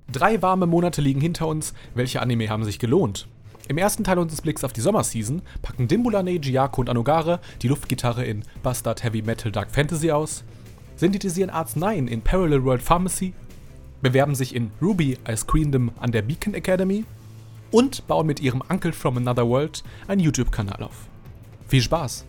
3 warme Monate liegen hinter uns. Welche Anime haben sich gelohnt? Im ersten Teil unseres Blicks auf die Sommerseason packen Dimbula, Neji, Yaku und Anogare die Luftgitarre in Bastard Heavy Metal Dark Fantasy aus, synthetisieren Arzneien in Parallel World Pharmacy, bewerben sich in Ruby als Queendom an der Beacon Academy und bauen mit ihrem Uncle from Another World einen YouTube-Kanal auf. Viel Spaß!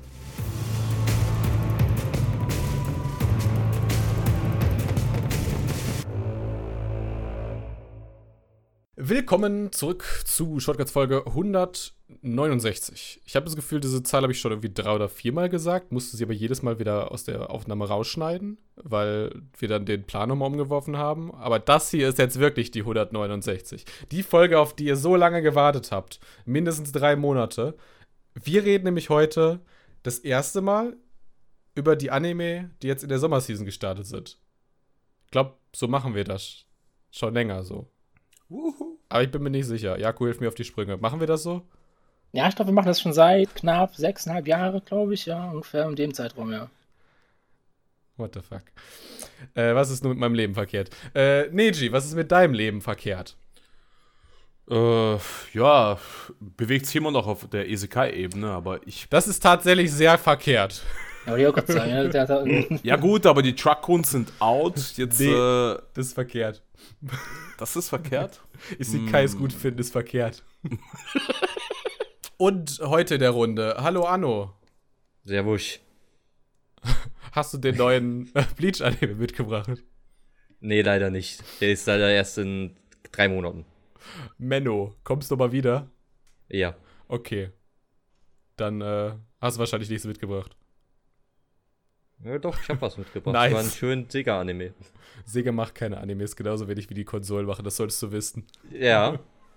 Willkommen zurück zu Shortcuts Folge 169. Ich habe das Gefühl, diese Zahl habe ich schon irgendwie 3 oder 4 Mal gesagt, musste sie aber jedes Mal wieder aus der Aufnahme rausschneiden, weil wir dann den Plan nochmal umgeworfen haben. Aber das hier ist jetzt wirklich die 169. Die Folge, auf die ihr so lange gewartet habt. Mindestens 3 Monate. Wir reden nämlich heute das erste Mal über die Anime, die jetzt in der Sommerseason gestartet sind. Ich glaube, so machen wir das schon länger so. Aber ich bin mir nicht sicher. Jaku, hilf mir auf die Sprünge. Machen wir das so? Ja, ich glaube, wir machen das schon seit knapp 6,5 Jahre, glaube ich. Ja, ungefähr in dem Zeitraum, ja. What the fuck? Was ist nun mit meinem Leben verkehrt? Neji, was ist mit deinem Leben verkehrt? Ja, bewegt sich immer noch auf der Isekai-Ebene, aber ich... Das ist tatsächlich sehr verkehrt. Ja, wollte ich auch gerade sagen. Ja gut, aber die Truck-Runs sind out. Jetzt, Nee, das ist verkehrt. Das ist verkehrt? Isekais gut finden ist verkehrt. Und heute in der Runde. Hallo Anno. Servus. Hast du den neuen Bleach-Anime mitgebracht? Nee, leider nicht. Der ist leider erst in 3 Monaten. Menno, kommst du mal wieder? Ja. Okay. Dann hast du wahrscheinlich nichts mitgebracht. Ja doch, ich hab was mitgebracht. Nice. Das war ein schöner Sega-Anime. Sega macht keine Animes, genauso wenig wie die Konsolen machen, das solltest du wissen. Ja.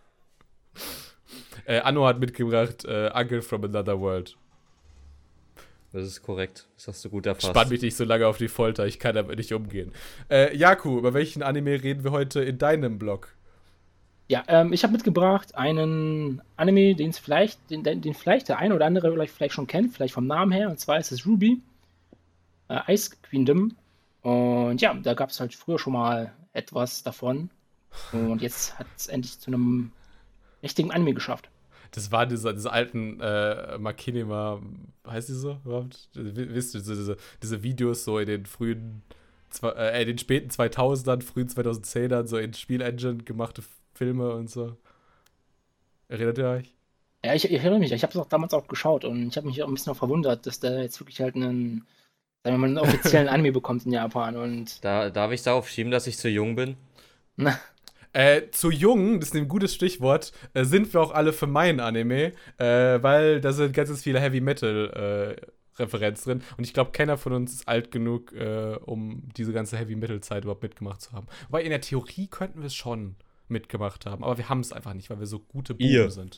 Anno hat mitgebracht Uncle from Another World. Das ist korrekt. Das hast du gut erfasst. Spann mich nicht so lange auf die Folter, ich kann damit nicht umgehen. Jaku, über welchen Anime reden wir heute in deinem Blog? Ja, ich habe mitgebracht einen Anime, den vielleicht der eine oder andere vielleicht schon kennt, vielleicht vom Namen her. Und zwar ist es Ruby. Ice Queendom. Und ja, da gab es halt früher schon mal etwas davon. Und jetzt hat es endlich zu einem richtigen Anime geschafft. Das war diese alten Machinima, heißt die so überhaupt? Wisst ihr, diese Videos so in den den späten 2000ern, frühen 2010ern, so in Spielengine gemachte Filme und so. Erinnert ihr euch? Ja, ich erinnere mich, ich habe es auch damals auch geschaut und ich habe mich auch ein bisschen auch verwundert, dass der jetzt wirklich halt sagen wir mal, einen offiziellen Anime bekommt in Japan. Und Darf ich darauf schieben, dass ich zu jung bin? Zu jung, das ist ein gutes Stichwort, sind wir auch alle für meinen Anime, weil da sind ganz viele Heavy Metal Referenzen drin und ich glaube, keiner von uns ist alt genug, um diese ganze Heavy Metal Zeit überhaupt mitgemacht zu haben. Wobei in der Theorie könnten wir es schon mitgemacht haben, aber wir haben es einfach nicht, weil wir so gute Buben sind.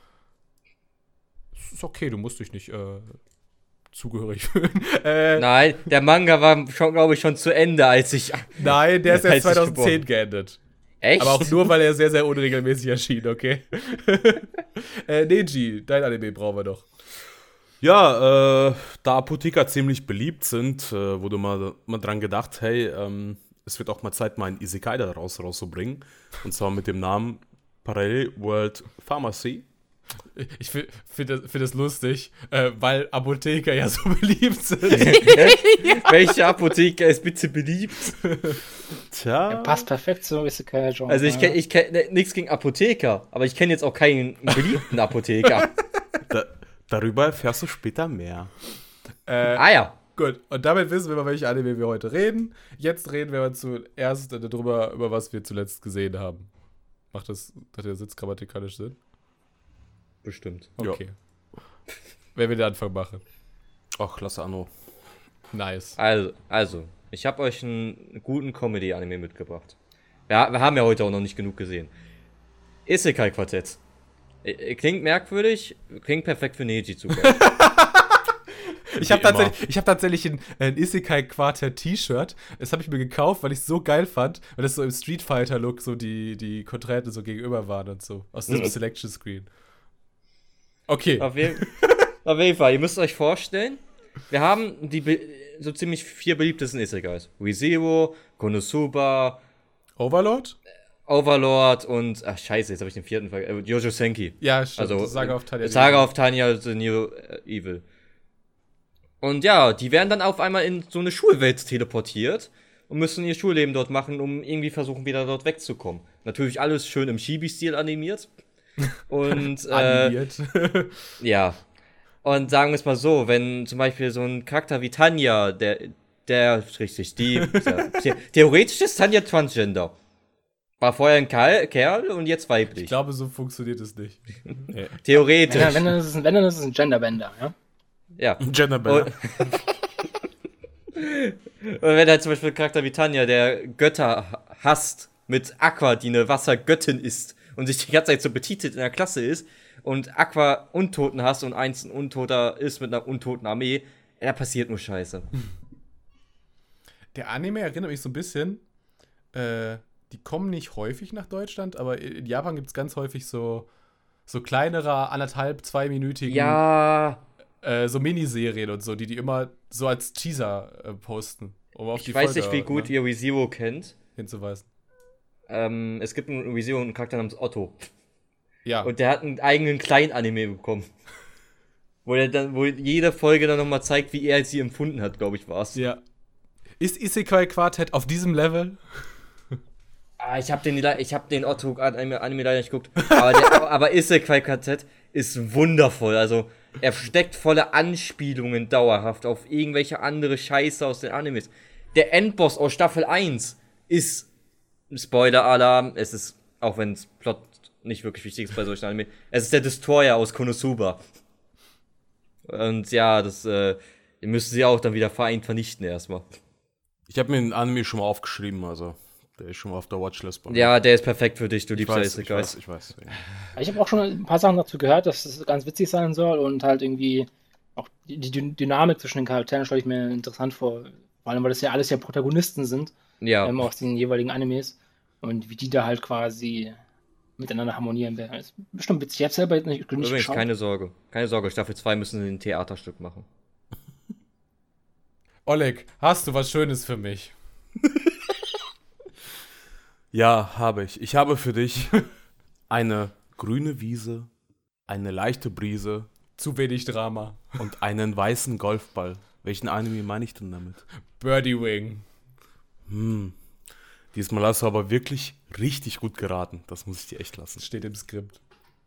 Ist okay, du musst dich nicht zugehörig fühlen. Nein, der Manga war schon, glaube ich, schon zu Ende, als ich... Nein, der ist als erst ich 2010 geendet. Echt? Aber auch nur, weil er sehr, sehr unregelmäßig erschien, okay? Neji, dein Anime brauchen wir doch. Ja, da Apotheker ziemlich beliebt sind, wurde mal dran gedacht, hey, es wird auch mal Zeit, mal ein Isekai da rauszubringen. Und zwar mit dem Namen Parallel World Pharmacy. Ich finde das lustig, weil Apotheker ja so beliebt sind. Welche Apotheker ist bitte beliebt? Tja. er passt perfekt zu Isekai-Genre. Also ich kenn nichts gegen Apotheker, aber ich kenne jetzt auch keinen beliebten Apotheker. Darüber erfährst du später mehr. Ja. Gut, und damit wissen wir, über welche Anime wir heute reden. Jetzt reden wir zuerst darüber, über was wir zuletzt gesehen haben. Macht der Sitz grammatikalisch Sinn? Bestimmt. Okay. Wer will den Anfang machen? Ach, klasse, Anno. Nice. Also, ich habe euch einen guten Comedy-Anime mitgebracht. Ja, wir haben ja heute auch noch nicht genug gesehen. Isekai-Quartett. Klingt merkwürdig, klingt perfekt für Neji zugleich. Ich habe tatsächlich ein Isekai-Quartett-T-Shirt. Das habe ich mir gekauft, weil ich es so geil fand, weil das so im Street Fighter-Look so die Konträte so gegenüber waren und so. Aus dem Selection-Screen. Okay. Auf jeden Fall, ihr müsst euch vorstellen, wir haben so ziemlich 4 beliebtesten Isekais. ReZero, Konosuba, Overlord? Overlord und, ach scheiße, jetzt habe ich den vierten Jojo Senki. Ja, stimmt. Also Saga of Tanya. Saga of Tanya the New Evil. Und ja, die werden dann auf einmal in so eine Schulwelt teleportiert und müssen ihr Schulleben dort machen, um irgendwie versuchen, wieder dort wegzukommen. Natürlich alles schön im Chibi-Stil animiert. Und animiert. ja. Und sagen wir es mal so, wenn zum Beispiel so ein Charakter wie Tanya, theoretisch ist Tanya Transgender. War vorher ein Kerl und jetzt weiblich. Ich glaube, so funktioniert es nicht. Theoretisch. Wenn dann ist es ein Genderbender, ja? Ja. Genderbender. Und wenn halt zum Beispiel ein Charakter wie Tanya, der Götter hasst, mit Aqua, die eine Wassergöttin ist und sich die ganze Zeit so betitelt in der Klasse ist und Aqua Untoten hasst und eins ein Untoter ist mit einer untoten Armee, da passiert nur Scheiße. Der Anime erinnert mich so ein bisschen, die kommen nicht häufig nach Deutschland, aber in Japan gibt es ganz häufig so kleinere, 1,5-2-minütigen so Miniserien und so, die immer so als Teaser posten, um auf die Folge, Ich weiß nicht, wie gut ihr ReZero kennt. Hinzuweisen. Es gibt einen ReZero, einen Charakter namens Otto. Ja. Und der hat einen eigenen Klein-Anime bekommen. wo jede Folge dann nochmal zeigt, wie er sie empfunden hat, glaube ich, war's. Ja. Ist Isekai Quartet auf diesem Level? Ich hab den Otto-Anime leider nicht geguckt. Aber Isekai Quartet ist wundervoll. Also, er steckt voller Anspielungen dauerhaft auf irgendwelche andere Scheiße aus den Animes. Der Endboss aus Staffel 1 ist Spoiler-Alarm. Es ist, auch wenn es Plot nicht wirklich wichtig ist bei solchen Anime, es ist der Destroyer aus Konosuba. Und ja, ihr müsst sie auch dann wieder vernichten erstmal. Ich habe mir den Anime schon mal aufgeschrieben, also der ist schon mal auf der Watchlist bei mir. Ja, der ist perfekt für dich, du liebst Isekais. Ich weiß. Ja. Ich habe auch schon ein paar Sachen dazu gehört, dass es ganz witzig sein soll und halt irgendwie auch die Dynamik zwischen den Charakteren stelle ich mir interessant vor. Vor allem, weil das ja alles ja Protagonisten sind, Ja. aus den jeweiligen Animes und wie die da halt quasi miteinander harmonieren werden. Das ist bestimmt witzig. Ich habe selber nicht Übrigens, geschaut. keine Sorge, Staffel 2 müssen sie ein Theaterstück machen. Oleg, hast du was Schönes für mich? Ja, habe ich. Ich habe für dich eine grüne Wiese, eine leichte Brise Zu wenig Drama. und einen weißen Golfball. Welchen Anime meine ich denn damit? Birdie Wing. Diesmal hast du aber wirklich richtig gut geraten. Das muss ich dir echt lassen. Das steht im Skript.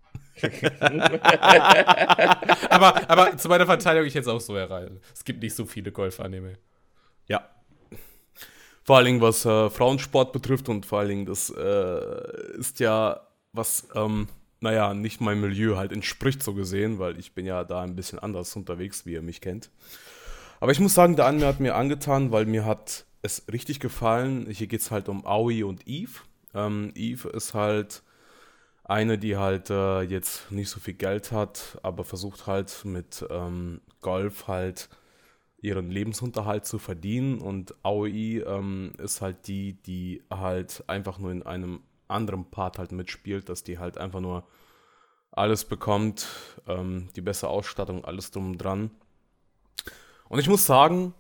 aber zu meiner Verteidigung, ich hätte es auch so erreicht. Es gibt nicht so viele Golf-Anime. Ja. Vor allen Dingen, was Frauensport betrifft und vor allen Dingen, das ist ja was, nicht meinem Milieu halt entspricht so gesehen, weil ich bin ja da ein bisschen anders unterwegs, wie ihr mich kennt. Aber ich muss sagen, der Anime hat mir angetan, weil mir hat es richtig gefallen. Hier geht es halt um Aoi und Eve. Eve ist halt eine, die halt jetzt nicht so viel Geld hat, aber versucht halt mit Golf halt ihren Lebensunterhalt zu verdienen. Und Aoi ist halt die halt einfach nur in einem anderen Part halt mitspielt, dass die halt einfach nur alles bekommt, die bessere Ausstattung, alles drum und dran. Und ich muss sagen,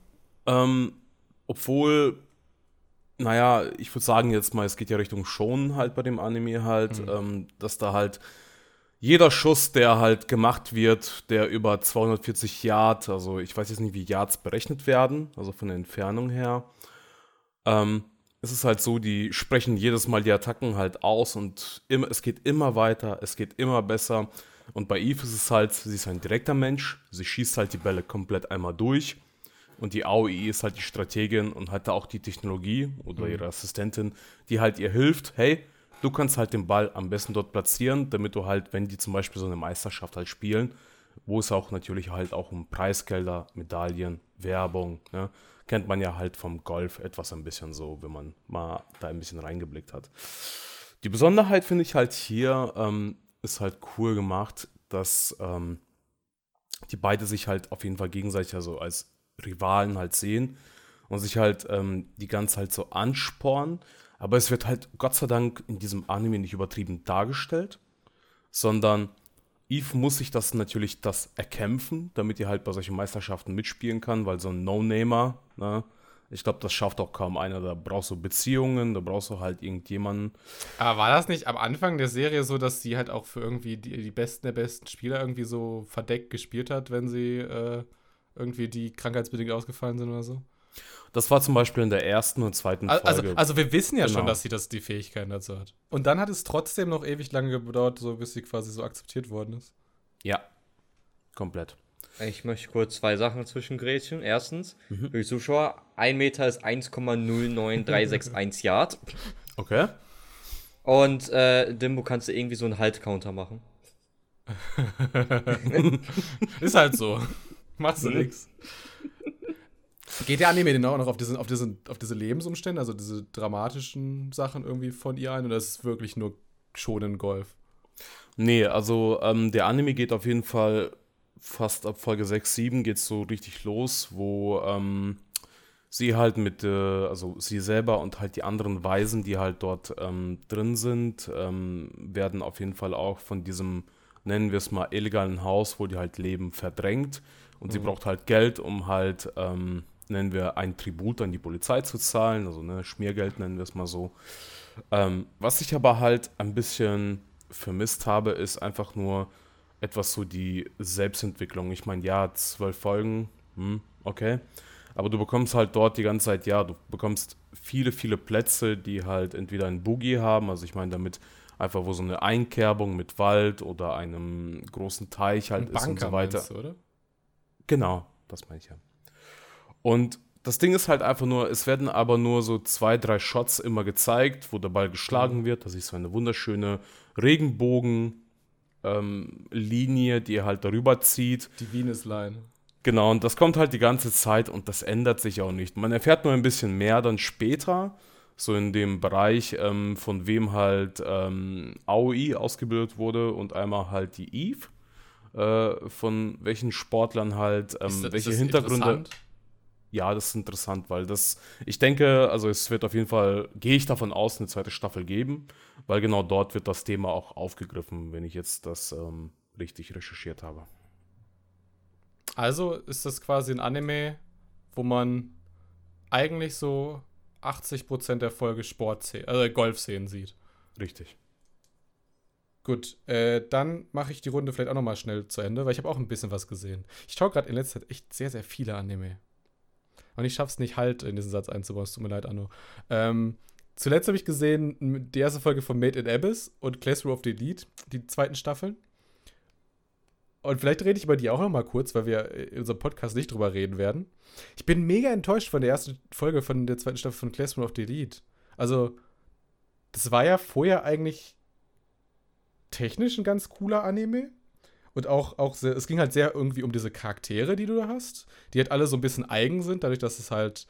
obwohl, ich würde sagen jetzt mal, es geht ja Richtung Shonen halt bei dem Anime halt, dass da halt jeder Schuss, der halt gemacht wird, der über 240 Yard, also ich weiß jetzt nicht, wie Yards berechnet werden, also von der Entfernung her, es ist halt so, die sprechen jedes Mal die Attacken halt aus und es geht immer weiter, es geht immer besser. Und bei Eve ist es halt, sie ist ein direkter Mensch, sie schießt halt die Bälle komplett einmal durch. Und die Aoi ist halt die Strategin und hat da auch die Technologie oder ihre Assistentin, die halt ihr hilft, hey, du kannst halt den Ball am besten dort platzieren, damit du halt, wenn die zum Beispiel so eine Meisterschaft halt spielen, wo es auch natürlich halt auch um Preisgelder, Medaillen, Werbung, ne, kennt man ja halt vom Golf etwas ein bisschen so, wenn man mal da ein bisschen reingeblickt hat. Die Besonderheit finde ich halt hier, ist halt cool gemacht, dass die beide sich halt auf jeden Fall gegenseitig also als Rivalen halt sehen und sich halt die ganze halt so anspornen. Aber es wird halt Gott sei Dank in diesem Anime nicht übertrieben dargestellt, sondern Eve muss sich das erkämpfen, damit ihr halt bei solchen Meisterschaften mitspielen kann, weil so ein No-Namer, ne, Ich glaube, das schafft auch kaum einer. Da brauchst du Beziehungen, da brauchst du halt irgendjemanden. Aber war das nicht am Anfang der Serie so, dass sie halt auch für irgendwie die Besten der besten Spieler irgendwie so verdeckt gespielt hat, wenn sie irgendwie die krankheitsbedingt ausgefallen sind oder so? Das war zum Beispiel in der ersten und zweiten Folge. Also wir wissen ja schon, Genau. dass sie die Fähigkeiten dazu hat. Und dann hat es trotzdem noch ewig lange gedauert, so bis sie quasi so akzeptiert worden ist. Ja, komplett. Ich möchte kurz 2 Sachen zwischengrätschen. Erstens, für die Zuschauer, 1 Meter ist 1,09361 Yard. Okay. Und Dimbo, kannst du irgendwie so einen Halt-Counter machen? Ist halt so. Machst du nix. Geht der Anime denn auch noch auf diese Lebensumstände, also diese dramatischen Sachen irgendwie von ihr ein, oder ist es wirklich nur Shonen Golf? Nee, also der Anime geht auf jeden Fall fast ab Folge 6, 7 geht's so richtig los, wo sie halt also sie selber und halt die anderen Waisen, die halt dort drin sind, werden auf jeden Fall auch von diesem, nennen wir es mal, illegalen Haus, wo die halt leben, verdrängt. Und sie braucht halt Geld, um halt, nennen wir, ein Tribut an die Polizei zu zahlen, also ne, Schmiergeld nennen wir es mal so. Was ich aber halt ein bisschen vermisst habe, ist einfach nur etwas so die Selbstentwicklung. Ich meine, ja, 12 Folgen, okay. Aber du bekommst halt dort die ganze Zeit, ja, du bekommst viele, viele Plätze, die halt entweder ein Boogie haben, also ich meine damit einfach, wo so eine Einkerbung mit Wald oder einem großen Teich halt Ein ist und Bunker, so weiter. meinst du, oder? Genau, das meine ich ja. Und das Ding ist halt einfach nur, es werden aber nur so 2, 3 Shots immer gezeigt, wo der Ball geschlagen wird. Das ist so eine wunderschöne Regenbogen-Linie, die halt darüber zieht. Die Venus-Line. Genau, und das kommt halt die ganze Zeit und das ändert sich auch nicht. Man erfährt nur ein bisschen mehr dann später, so in dem Bereich, von wem halt Aoi ausgebildet wurde und einmal halt die Eve. Von welchen Sportlern halt, welche das Hintergründe. interessant? Ja, das ist interessant, weil ich denke, also es wird auf jeden Fall, gehe ich davon aus, eine zweite Staffel geben, weil genau dort wird das Thema auch aufgegriffen, wenn ich jetzt das richtig recherchiert habe. Also ist das quasi ein Anime, wo man eigentlich so 80% der Folge Golfszenen sieht. Richtig. Gut, dann mache ich die Runde vielleicht auch nochmal schnell zu Ende, weil ich habe auch ein bisschen was gesehen. Ich schaue gerade in letzter Zeit echt sehr, sehr viele Anime. Und ich schaff's nicht halt, in diesen Satz einzubauen. Es tut mir leid, Anno. Zuletzt habe ich gesehen die erste Folge von Made in Abyss und Classroom of the Elite, die zweiten Staffeln. Und vielleicht rede ich über die auch noch mal kurz, weil wir in unserem Podcast nicht drüber reden werden. Ich bin mega enttäuscht von der ersten Folge von der zweiten Staffel von Classroom of the Elite. Also, das war ja vorher eigentlich technisch ein ganz cooler Anime. Und auch sehr, es ging halt sehr irgendwie um diese Charaktere, die du da hast, die halt alle so ein bisschen eigen sind, dadurch, dass es halt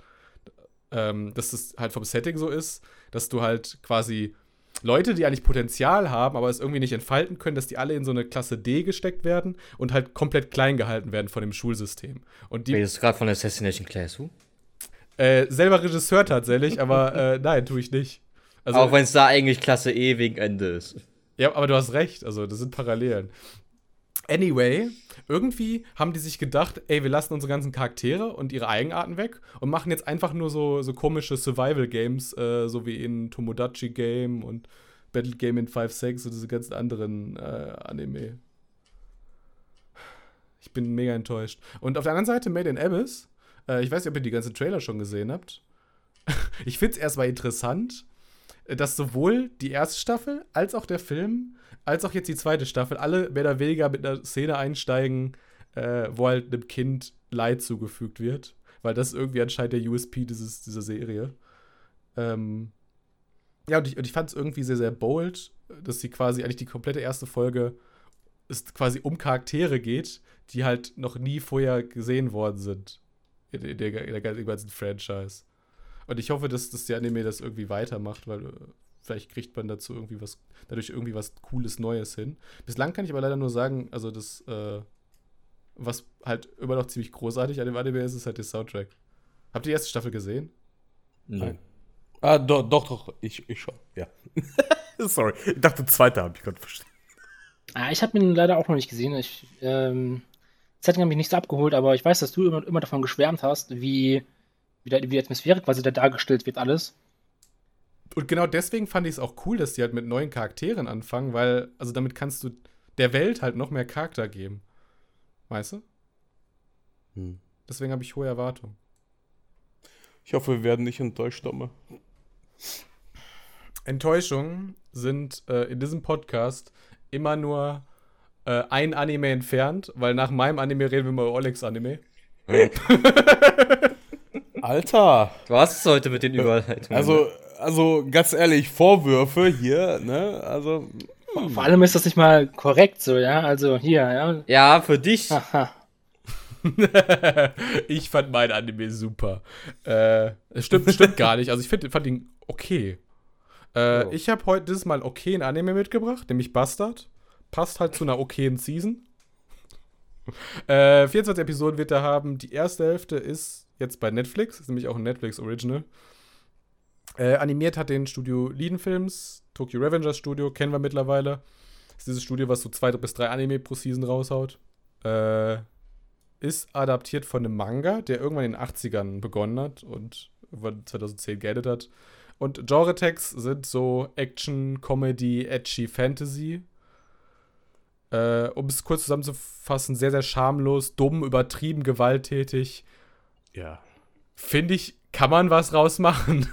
vom Setting so ist, dass du halt quasi Leute, die eigentlich Potenzial haben, aber es irgendwie nicht entfalten können, dass die alle in so eine Klasse D gesteckt werden und halt komplett klein gehalten werden von dem Schulsystem. Und die Redest du gerade von Assassination Classroom? selber Regisseur tatsächlich, aber nein, tue ich nicht. Also, Auch wenn es da eigentlich Klasse E wegen Ende ist. ja, aber du hast recht, also das sind Parallelen. Anyway, irgendwie haben die sich gedacht, ey, wir lassen unsere ganzen Charaktere und ihre Eigenarten weg und machen jetzt einfach nur so komische Survival-Games, so wie in Tomodachi Game und Battle Game in 5-6 und diese ganzen anderen Anime. Ich bin mega enttäuscht. Und auf der anderen Seite Made in Abyss, ich weiß nicht, ob ihr die ganzen Trailer schon gesehen habt. Ich finde es erstmal interessant, dass sowohl die erste Staffel als auch der Film als auch jetzt die zweite Staffel alle mehr oder weniger mit einer Szene einsteigen, wo halt einem Kind Leid zugefügt wird. Weil das ist irgendwie anscheinend der USP dieser Serie. Ja, und ich fand es irgendwie sehr, sehr bold, dass sie quasi eigentlich die komplette erste Folge es quasi um Charaktere geht, die halt noch nie vorher gesehen worden sind in der ganzen Franchise. Und ich hoffe, dass der Anime das irgendwie weitermacht, weil vielleicht kriegt man dadurch irgendwie was Cooles Neues hin. Bislang kann ich aber leider nur sagen, also das, was halt immer noch ziemlich großartig an dem Anime ist halt der Soundtrack. Habt ihr die erste Staffel gesehen? Nein. Ah, doch, ich schon, ja. Sorry, ich dachte, zweite habe ich gerade verstanden. Ich habe ihn leider auch noch nicht gesehen. Setting hat mich nicht so abgeholt, aber ich weiß, dass du immer davon geschwärmt hast, wie wie die Atmosphäre quasi da dargestellt wird, alles. Und genau deswegen fand ich es auch cool, dass die halt mit neuen Charakteren anfangen, weil, also damit kannst du der Welt halt noch mehr Charakter geben. Weißt du? Deswegen habe ich hohe Erwartungen. Ich hoffe, wir werden nicht enttäuscht, Domme. Enttäuschungen sind in diesem Podcast immer nur ein Anime entfernt, weil nach meinem Anime reden wir mal über Olegs Anime. Alter! Du hast es heute mit den Überleitungen. Also ganz ehrlich, Vorwürfe hier, ne? Also. Vor allem ist das nicht mal korrekt so, ja? Also hier, ja. Ja, für dich. Haha. Ich fand mein Anime super. Es stimmt gar nicht. Also ich fand ihn okay. Ich habe heute dieses Mal einen okayen Anime mitgebracht, nämlich Bastard. Passt halt zu einer okayen Season. 24 Episoden wird er haben. Die erste Hälfte ist jetzt bei Netflix. Ist nämlich auch ein Netflix Original. Animiert hat den Studio Liden Films. Tokyo Revengers Studio, kennen wir mittlerweile. Das ist dieses Studio, was so 2 bis 3 Anime pro Season raushaut. Ist adaptiert von einem Manga, der irgendwann in den 80ern begonnen hat und irgendwann 2010 geendet hat. Und Genre-Tags sind so Action, Comedy, Edgy, Fantasy. Um es kurz zusammenzufassen, sehr, sehr schamlos, dumm, übertrieben, gewalttätig. Ja. Finde ich, kann man was rausmachen.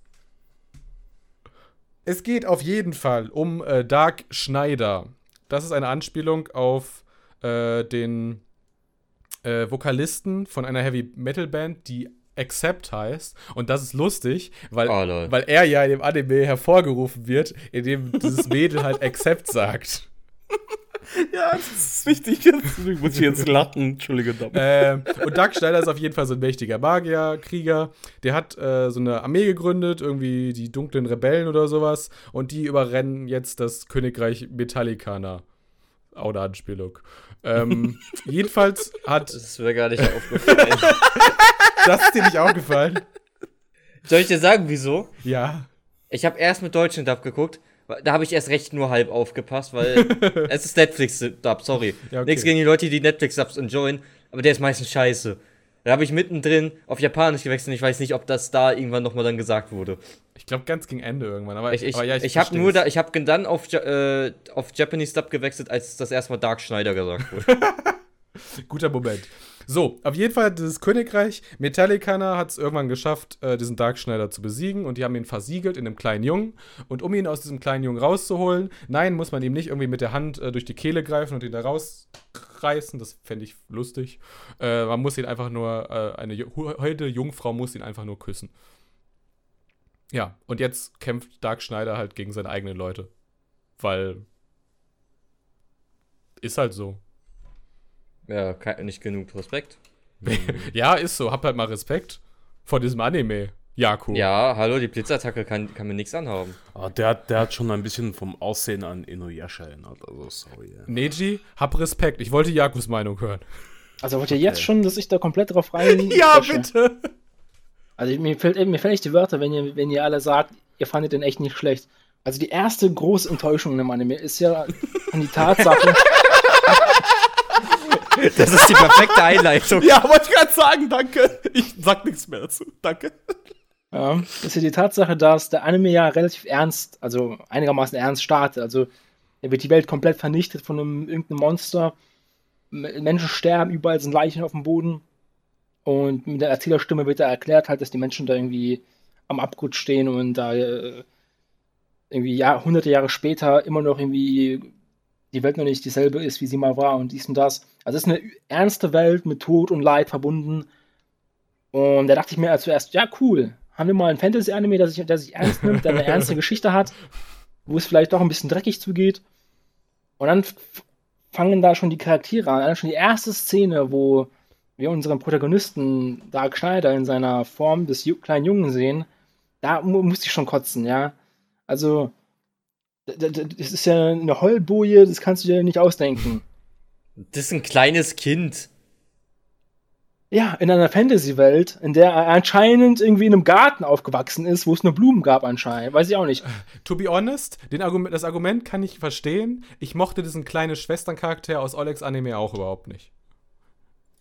Es geht auf jeden Fall um Dark Schneider. Das ist eine Anspielung auf den Vokalisten von einer Heavy-Metal-Band, die Accept heißt. Und das ist lustig, weil er ja in dem Anime hervorgerufen wird, indem dieses Mädel halt Accept sagt. Ja, das ist wichtig. Jetzt muss ich jetzt lachen. Entschuldige, Dom. Und Dark Schneider ist auf jeden Fall so ein mächtiger Magier, Krieger. Der hat so eine Armee gegründet, irgendwie die dunklen Rebellen oder sowas. Und die überrennen jetzt das Königreich Metallicana. Auch eine Anspielung. Jedenfalls hat... Das ist mir gar nicht aufgefallen. Das ist dir nicht aufgefallen? Soll ich dir sagen, wieso? Ja. Ich habe erst mit deutschen Dub geguckt. Da habe ich erst recht nur halb aufgepasst, weil es ist Netflix-Dub, sorry. Ja, okay. Nichts gegen die Leute, die Netflix-Dubs enjoyen, aber der ist meistens scheiße. Da habe ich mittendrin auf Japanisch gewechselt und ich weiß nicht, ob das da irgendwann nochmal dann gesagt wurde. Ich glaube, ganz gegen Ende irgendwann. Aber ich habe dann auf Japanese Dub gewechselt, als das erstmal Dark Schneider gesagt wurde. Guter Moment. So, auf jeden Fall dieses Königreich Metallicana hat es irgendwann geschafft, diesen Dark Schneider zu besiegen und die haben ihn versiegelt in einem kleinen Jungen. Und um ihn aus diesem kleinen Jungen rauszuholen, muss man ihm nicht irgendwie mit der Hand durch die Kehle greifen und ihn da rausreißen. Das fände ich lustig. Man muss ihn einfach nur, eine holde Jungfrau muss ihn einfach nur küssen. Ja, und jetzt kämpft Dark Schneider halt gegen seine eigenen Leute. Weil ist halt so. Ja, nicht genug Respekt. Ja, ist so. Hab halt mal Respekt vor diesem Anime. Jaku. Ja, hallo, die Blitzattacke kann mir nichts anhaben. Oh, der hat schon ein bisschen vom Aussehen an Inuyasha erinnert. Also, sorry. Ja. Neji, hab Respekt. Ich wollte Jakus Meinung hören. Also wollt ihr jetzt schon, dass ich da komplett drauf rein... Ja, bitte! Also mir fällt echt die Wörter, wenn ihr alle sagt, ihr fandet den echt nicht schlecht. Also die erste große Enttäuschung im Anime ist ja an die Tatsache... Das ist die perfekte Einleitung. Ja, wollte ich gerade sagen, danke. Ich sag nichts mehr dazu. Danke. Ja, ist ja die Tatsache, dass der Anime ja relativ ernst, also einigermaßen ernst startet. Also da wird die Welt komplett vernichtet von irgendeinem Monster. Menschen sterben, überall sind Leichen auf dem Boden. Und mit der Erzählerstimme wird da erklärt halt, dass die Menschen da irgendwie am Abgrund stehen und da irgendwie hunderte Jahre später immer noch irgendwie die Welt noch nicht dieselbe ist, wie sie mal war und dies und das. Also es ist eine ernste Welt mit Tod und Leid verbunden. Und da dachte ich mir zuerst, ja cool, haben wir mal ein Fantasy-Anime, der sich ernst nimmt, der eine ernste Geschichte hat, wo es vielleicht doch ein bisschen dreckig zugeht. Und dann fangen da schon die Charaktere an. Schon die erste Szene, wo wir unseren Protagonisten Dark Schneider in seiner Form des kleinen Jungen sehen, da musste ich schon kotzen, ja. Also das ist ja eine Heulboje, das kannst du dir nicht ausdenken. Das ist ein kleines Kind. Ja, in einer Fantasy-Welt, in der er anscheinend irgendwie in einem Garten aufgewachsen ist, wo es nur Blumen gab anscheinend. Weiß ich auch nicht. To be honest, das Argument kann ich verstehen. Ich mochte diesen kleinen Schwesterncharakter aus Olegs Anime auch überhaupt nicht.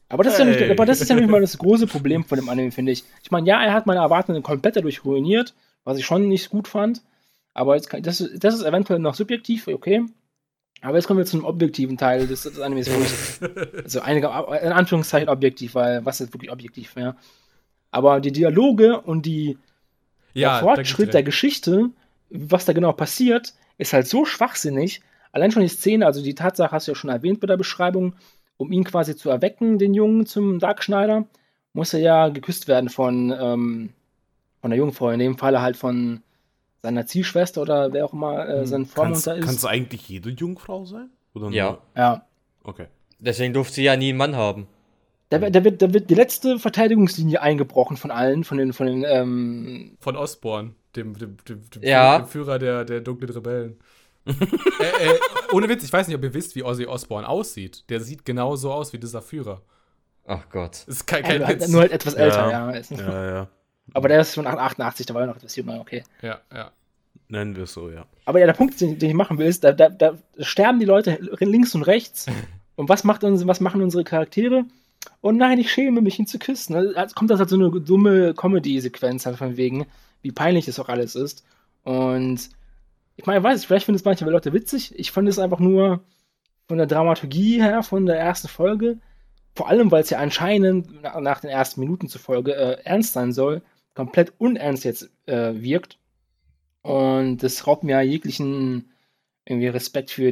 Aber das ist ja nicht mal das große Problem von dem Anime, finde ich. Ich meine, ja, er hat meine Erwartungen komplett dadurch ruiniert, was ich schon nicht gut fand. Aber das ist eventuell noch subjektiv, okay. Aber jetzt kommen wir zum objektiven Teil des Animes. Also einige, in Anführungszeichen objektiv, weil was ist wirklich objektiv, ja. Aber die Dialoge und der Fortschritt der Geschichte, was da genau passiert, ist halt so schwachsinnig. Allein schon die Szene, also die Tatsache hast du ja schon erwähnt bei der Beschreibung, um ihn quasi zu erwecken, den Jungen zum Darkschneider, muss er ja geküsst werden von der Jungfrau, in dem Falle halt von seiner Ziehschwester oder wer auch immer sein Vormund da ist. Kann es eigentlich jede Jungfrau sein? Oder Ja. Ja. Okay. Deswegen durfte sie ja nie einen Mann haben. Da wird die letzte Verteidigungslinie eingebrochen von allen, von Osborn, dem Ja. Führer der dunklen Rebellen. Ohne Witz, ich weiß nicht, ob ihr wisst, wie Ozzy Osborn aussieht. Der sieht genau so aus wie dieser Führer. Ach Gott. Ist kein Witz. nur halt etwas älter, ja. Ja. Aber der ist von 88, da war er noch etwas jünger, okay. Ja. Nennen wir es so, ja. Aber ja, der Punkt, den ich machen will, ist, da sterben die Leute links und rechts. Und was machen unsere Charaktere? Oh nein, ich schäme mich, ihn zu küssen. Also kommt das halt so eine dumme Comedy-Sequenz halt von wegen, wie peinlich das auch alles ist. Und ich meine, vielleicht finden es manche Leute witzig. Ich fand es einfach nur von der Dramaturgie her, von der ersten Folge, vor allem, weil es ja anscheinend nach den ersten Minuten zur Folge ernst sein soll, komplett unernst jetzt wirkt. Und das raubt mir jeglichen irgendwie Respekt für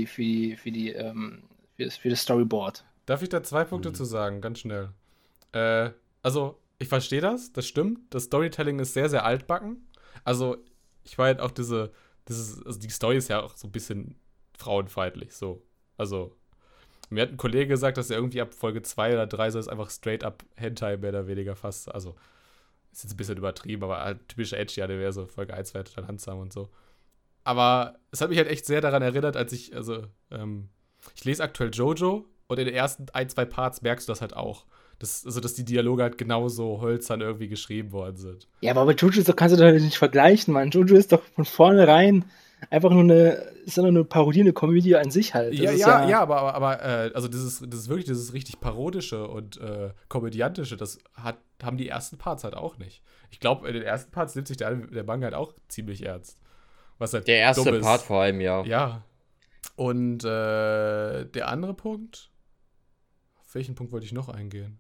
das Storyboard. Darf ich da 2 Punkte zu sagen, ganz schnell? Also, ich verstehe das stimmt. Das Storytelling ist sehr, sehr altbacken. Also, ich meine auch also die Story ist ja auch so ein bisschen frauenfeindlich, so. Also, mir hat ein Kollege gesagt, dass er irgendwie ab Folge 2 oder 3 so ist einfach straight up Hentai mehr oder weniger fast. Also, ist jetzt ein bisschen übertrieben, aber halt typischer Edgy, der wäre so Folge 1 wäre total handsam und so. Aber es hat mich halt echt sehr daran erinnert, ich lese aktuell JoJo und in den ersten 1-2 Parts merkst du das halt auch. Dass die Dialoge halt genauso hölzern irgendwie geschrieben worden sind. Ja, aber mit JoJo kannst du doch nicht vergleichen, Mann. JoJo ist doch von vornherein einfach nur eine Parodie, eine Komödie an sich halt. Aber also das ist wirklich dieses richtig parodische und komödiantische, das haben die ersten Parts halt auch nicht. Ich glaube, in den ersten Parts nimmt sich der Manga halt auch ziemlich ernst. Was halt der erste dumm ist. Part vor allem, ja. Ja. Und der andere Punkt, auf welchen Punkt wollte ich noch eingehen?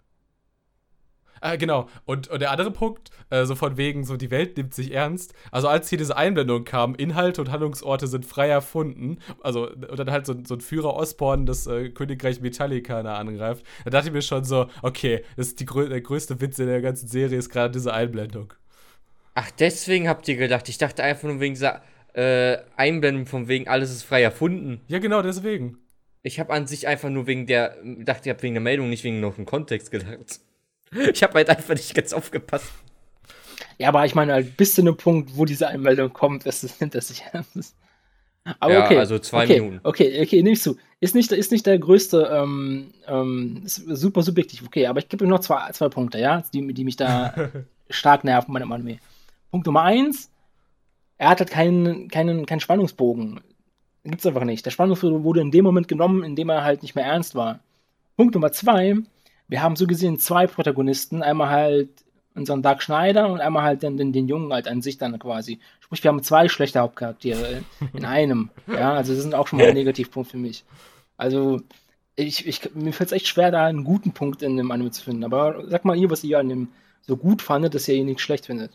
Genau. Und der andere Punkt, so von wegen, so die Welt nimmt sich ernst. Also als hier diese Einblendung kam, Inhalte und Handlungsorte sind frei erfunden, also und dann halt so ein Führer Osborn das Königreich Metallicana angreift, da dachte ich mir schon so, okay, das ist der größte Witz in der ganzen Serie, ist gerade diese Einblendung. Ach, deswegen habt ihr gedacht. Ich dachte einfach nur wegen dieser Einblendung von wegen, alles ist frei erfunden. Ja, genau, deswegen. Ich habe an sich einfach nur wegen der Meldung, nicht wegen noch dem Kontext gedacht. Ich habe halt einfach nicht ganz aufgepasst. Ja, aber ich meine, halt, bis zu einem Punkt, wo diese Einmeldung kommt, nimmt das sich ernst. Aber ja, okay. Also 2 Minuten. Okay, nehme ich zu. Ist nicht der größte, ist super subjektiv, okay, aber ich gebe ihm noch zwei Punkte, ja, die mich da stark nerven bei dem Anime. Punkt Nummer 1, er hat halt keinen Spannungsbogen. Gibt's einfach nicht. Der Spannungsbogen wurde in dem Moment genommen, in dem er halt nicht mehr ernst war. Punkt Nummer 2, wir haben so gesehen 2 Protagonisten, einmal halt unseren Dark Schneider und einmal halt den Jungen halt an sich dann quasi. Sprich, wir haben 2 schlechte Hauptcharaktere in einem. Ja, also das sind auch schon mal ein Negativpunkt für mich. Also, mir fällt es echt schwer, da einen guten Punkt in dem Anime zu finden. Aber sag mal ihr, was ihr an dem so gut fandet, dass ihr ihn nicht schlecht findet.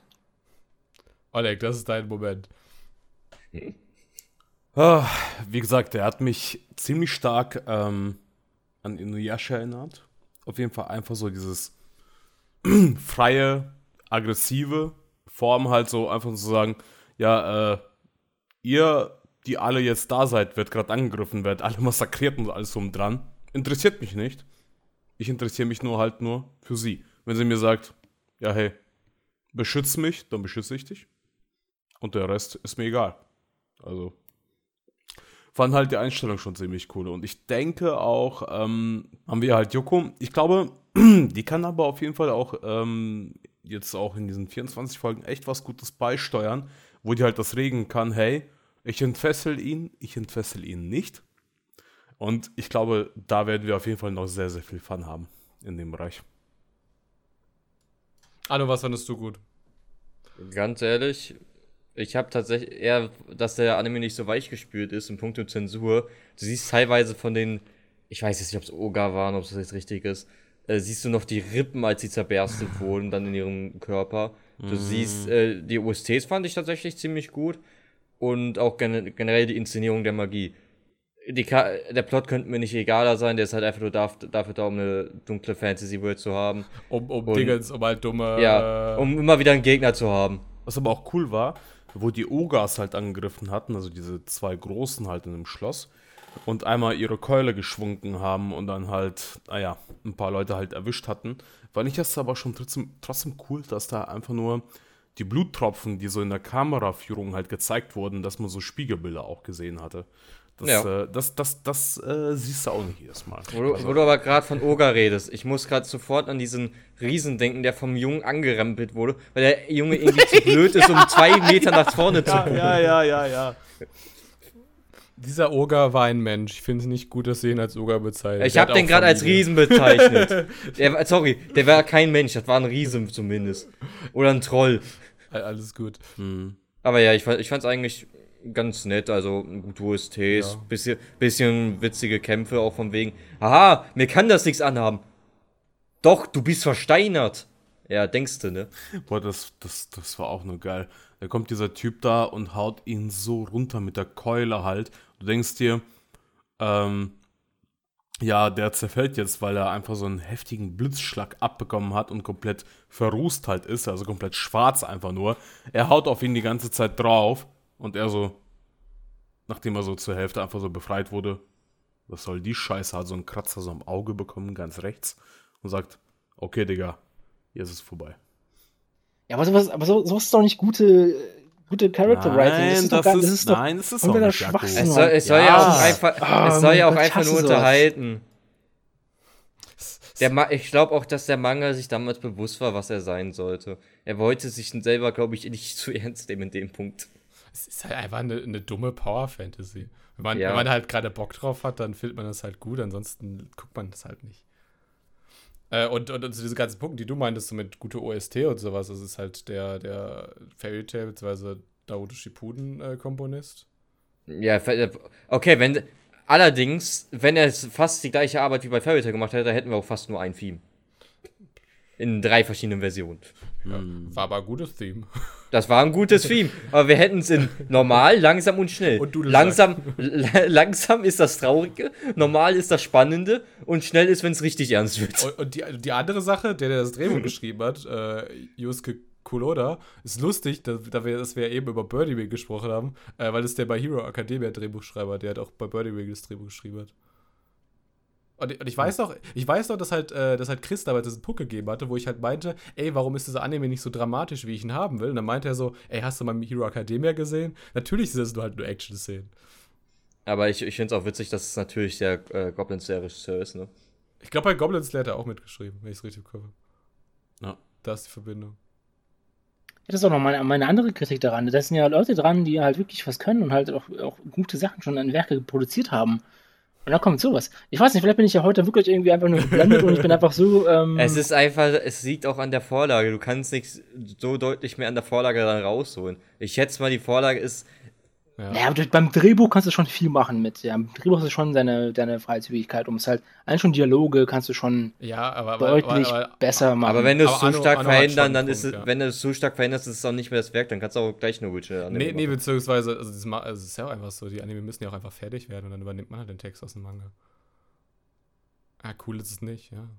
Oleg, das ist dein Moment. Wie gesagt, er hat mich ziemlich stark an Inuyasha erinnert. Auf jeden Fall einfach so dieses freie, aggressive Form halt so einfach zu sagen, ja, ihr, die alle jetzt da seid, wird gerade angegriffen, werdet alle massakriert und alles drum dran. Interessiert mich nicht. Ich interessiere mich nur für sie. Wenn sie mir sagt, ja, hey, beschütz mich, dann beschütze ich dich. Und der Rest ist mir egal. Also, fand halt die Einstellung schon ziemlich cool. Und ich denke auch, haben wir halt Yoko. Ich glaube, die kann aber auf jeden Fall auch jetzt auch in diesen 24 Folgen echt was Gutes beisteuern, wo die halt das regeln kann, hey, ich entfessel ihn nicht. Und ich glaube, da werden wir auf jeden Fall noch sehr, sehr viel Fun haben. in dem Bereich. Anno, was fandest du gut? Ganz ehrlich, ich habe tatsächlich eher, dass der Anime nicht so weich gespült ist in puncto Zensur. Du siehst teilweise von den, ich weiß jetzt nicht, ob es Oga waren, ob es jetzt richtig ist, siehst du noch die Rippen, als sie zerberstet wurden, dann in ihrem Körper. Du siehst, die OSTs fand ich tatsächlich ziemlich gut und auch generell die Inszenierung der Magie. Der Plot könnte mir nicht egaler sein, der ist halt einfach nur dafür da, um eine dunkle Fantasy-World zu haben. Um Dingens, um halt dumme... Ja, um immer wieder einen Gegner zu haben. Was aber auch cool war, wo die Ogas halt angegriffen hatten, also diese zwei Großen halt in dem Schloss, und einmal ihre Keule geschwungen haben und dann halt, ein paar Leute halt erwischt hatten, fand ich das aber schon trotzdem cool, dass da einfach nur die Bluttropfen, die so in der Kameraführung halt gezeigt wurden, dass man so Spiegelbilder auch gesehen hatte. Das siehst du auch nicht jedes Mal. Wo du aber gerade von Oga redest, ich muss gerade sofort an diesen Riesen denken, der vom Jungen angerempelt wurde, weil der Junge irgendwie zu blöd ist, um 2 Meter nach vorne zu gucken. Ja. Dieser Oger war ein Mensch. Ich finde es nicht gut, dass sie ihn als Oger bezeichnen. Ich habe den gerade als Riesen bezeichnet. Der war kein Mensch, das war ein Riese zumindest. Oder ein Troll. Alles gut. Aber ja, ich fand's eigentlich ganz nett, also gute OSTs, bisschen witzige Kämpfe, auch von wegen, haha, mir kann das nichts anhaben. Doch, du bist versteinert. Ja, denkst du, ne? Boah, das war auch nur geil. Da kommt dieser Typ da und haut ihn so runter mit der Keule halt. Du denkst dir, der zerfällt jetzt, weil er einfach so einen heftigen Blitzschlag abbekommen hat und komplett verrußt halt ist, also komplett schwarz einfach nur. Er haut auf ihn die ganze Zeit drauf. Und er so, nachdem er so zur Hälfte einfach so befreit wurde, was soll die Scheiße, hat so einen Kratzer so am Auge bekommen, ganz rechts, und sagt, okay, Digga, jetzt ist es vorbei. Ja, aber sowas ist doch nicht gute Character Writing. Das ist doch nicht Schwachsinn. Es soll ja auch einfach nur unterhalten. Ich glaube auch, dass der Manga sich damals bewusst war, was er sein sollte. Er wollte sich selber, glaube ich, nicht zu ernst nehmen in dem Punkt. Es ist halt einfach eine dumme Power-Fantasy. Wenn man halt gerade Bock drauf hat, dann findet man das halt gut, ansonsten guckt man das halt nicht. Und zu diesen ganzen Punkten, die du meintest, so mit gute OST und sowas, das ist halt der Fairy Tail bzw. Naruto Shippuden Komponist. Ja, okay, allerdings, wenn er fast die gleiche Arbeit wie bei Fairy Tail gemacht hätte, hätten wir auch fast nur ein Theme. In 3 verschiedenen Versionen. Ja, war aber ein gutes Theme. Das war ein gutes Theme, aber wir hätten es in normal, langsam und schnell. Und langsam ist das Traurige, normal ist das Spannende und schnell ist, wenn es richtig ernst wird. Und die andere Sache, der das Drehbuch geschrieben hat, Yusuke Kuroda, ist lustig, dass wir eben über Birdie Wing gesprochen haben, weil es der bei Hero Academia Drehbuchschreiber, der hat auch bei Birdie Wing das Drehbuch geschrieben hat. Und ich weiß noch, dass halt Chris damals diesen Puck gegeben hatte, wo ich halt meinte, ey, warum ist dieser Anime nicht so dramatisch, wie ich ihn haben will? Und dann meinte er so, ey, hast du mal Hero Academia gesehen? Natürlich ist das halt nur Action-Szenen. Aber ich finde es auch witzig, dass es natürlich der Goblins der Regisseur ist, ne? Ich glaube, bei Goblin Slayer hat er auch mitgeschrieben, wenn ich es richtig bekomme. Ja. Da ist die Verbindung. Das ist auch noch meine andere Kritik daran. Da sind ja Leute dran, die halt wirklich was können und halt auch gute Sachen schon an Werke produziert haben. Und dann kommt sowas. Ich weiß nicht, vielleicht bin ich ja heute wirklich irgendwie einfach nur geblendet und ich bin einfach so. Es liegt auch an der Vorlage. Du kannst nicht so deutlich mehr an der Vorlage dann rausholen. Ich schätze mal, die Vorlage ist. Ja, aber beim Drehbuch kannst du schon viel machen mit. Ja, im Drehbuch hast du schon deine Freizügigkeit, um es halt, allein schon Dialoge kannst du schon deutlich besser machen. Aber wenn du es so stark verhindern, dann ist es, wenn du es so stark verhinderst, ist es auch nicht mehr das Werk, dann kannst du auch gleich eine Original Anime Nee, beziehungsweise, es ist ja auch einfach so, die Anime müssen ja auch einfach fertig werden und dann übernimmt man halt den Text aus dem Manga. Ah, cool ist es nicht, ja.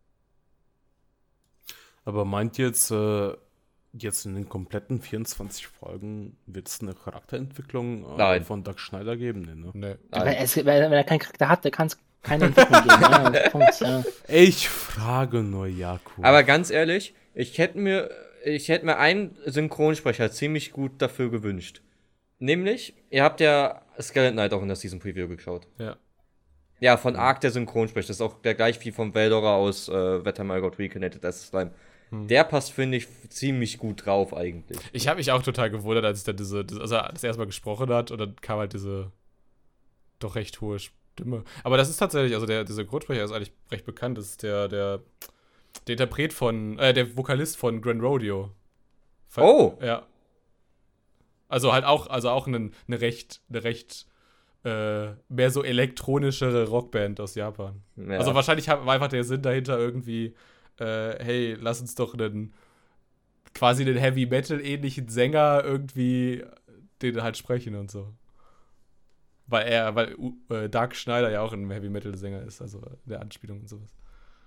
Aber meint jetzt in den kompletten 24 Folgen wird es eine Charakterentwicklung von Doug Schneider geben? Nee. Wenn er keinen Charakter hat, der kann es keine Entwicklung geben. Ja. Ich frage nur, Jakob. Aber ganz ehrlich, ich hätte mir einen Synchronsprecher ziemlich gut dafür gewünscht. Nämlich, ihr habt ja Skeleton Knight auch in der Season Preview geschaut. Ja. Ja, von Arc der Synchronsprecher. Das ist auch der gleich wie vom Veldora aus That Time I Got Reconnected as Slime. Der passt, finde ich, ziemlich gut drauf eigentlich. Ich habe mich auch total gewundert, als er das erste Mal gesprochen hat und dann kam halt diese doch recht hohe Stimme. Aber das ist tatsächlich, also dieser Synchronsprecher ist eigentlich recht bekannt. Das ist der Interpret der Vokalist von Grand Rodeo. Oh! Ja. Also halt auch eine recht mehr so elektronischere Rockband aus Japan. Ja. Also wahrscheinlich war einfach der Sinn dahinter irgendwie, hey, lass uns doch quasi einen Heavy-Metal-ähnlichen Sänger irgendwie den halt sprechen und so. Weil Dark Schneider ja auch ein Heavy-Metal-Sänger ist, also in der Anspielung und sowas.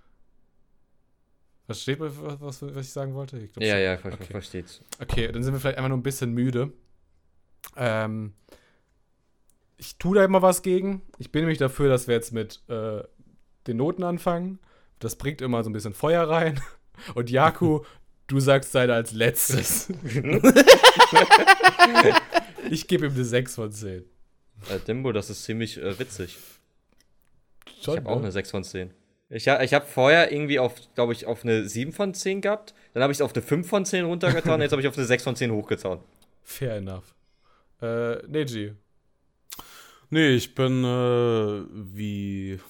Versteht man, was ich sagen wollte? Ich glaub, Ja, okay. Versteht's. Okay, dann sind wir vielleicht einfach nur ein bisschen müde. Ich tue da immer was gegen. Ich bin nämlich dafür, dass wir jetzt mit den Noten anfangen. Das bringt immer so ein bisschen Feuer rein. Und Jaku, du sagst seine als letztes. Ich gebe ihm eine 6 von 10. Dimbo, das ist ziemlich witzig. Schon, Ich habe auch eine 6 von 10. Ich habe vorher irgendwie auf eine 7 von 10 gehabt. Dann habe ich es auf eine 5 von 10 runtergetan. Jetzt habe ich auf eine 6 von 10 hochgetan. Fair enough. Neji. Nee, ich bin, wie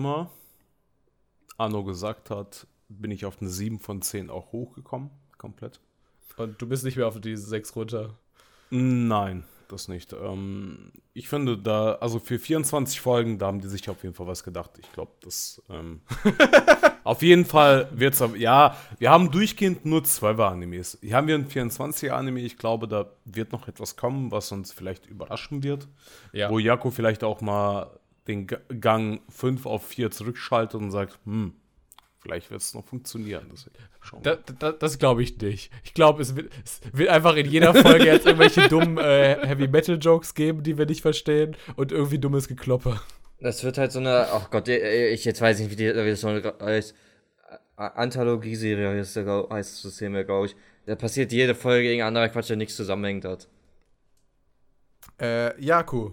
Arno gesagt hat, bin ich auf eine 7 von 10 auch hochgekommen. Komplett. Und du bist nicht mehr auf diese 6 runter. Nein, das nicht. Ich finde also für 24 Folgen, da haben die sich auf jeden Fall was gedacht. Ich glaube, das, auf jeden Fall wird's, ja, wir haben durchgehend nur 12er-Animes. Hier haben wir ein 24er-Anime. Ich glaube, da wird noch etwas kommen, was uns vielleicht überraschen wird. Ja. Wo Jaco vielleicht auch mal den Gang 5 auf 4 zurückschaltet und sagt, vielleicht wird es noch funktionieren. Das glaube ich nicht. Ich glaube, es wird einfach in jeder Folge jetzt irgendwelche dummen Heavy-Metal-Jokes geben, die wir nicht verstehen und irgendwie dummes Gekloppe. Das wird halt so eine, ach Gott, jetzt weiß ich nicht, wie das so heißt. Anthologie-Serie heißt das System, glaube ich. Da passiert jede Folge irgendein anderer Quatsch, der nichts zusammenhängt hat. Jaku.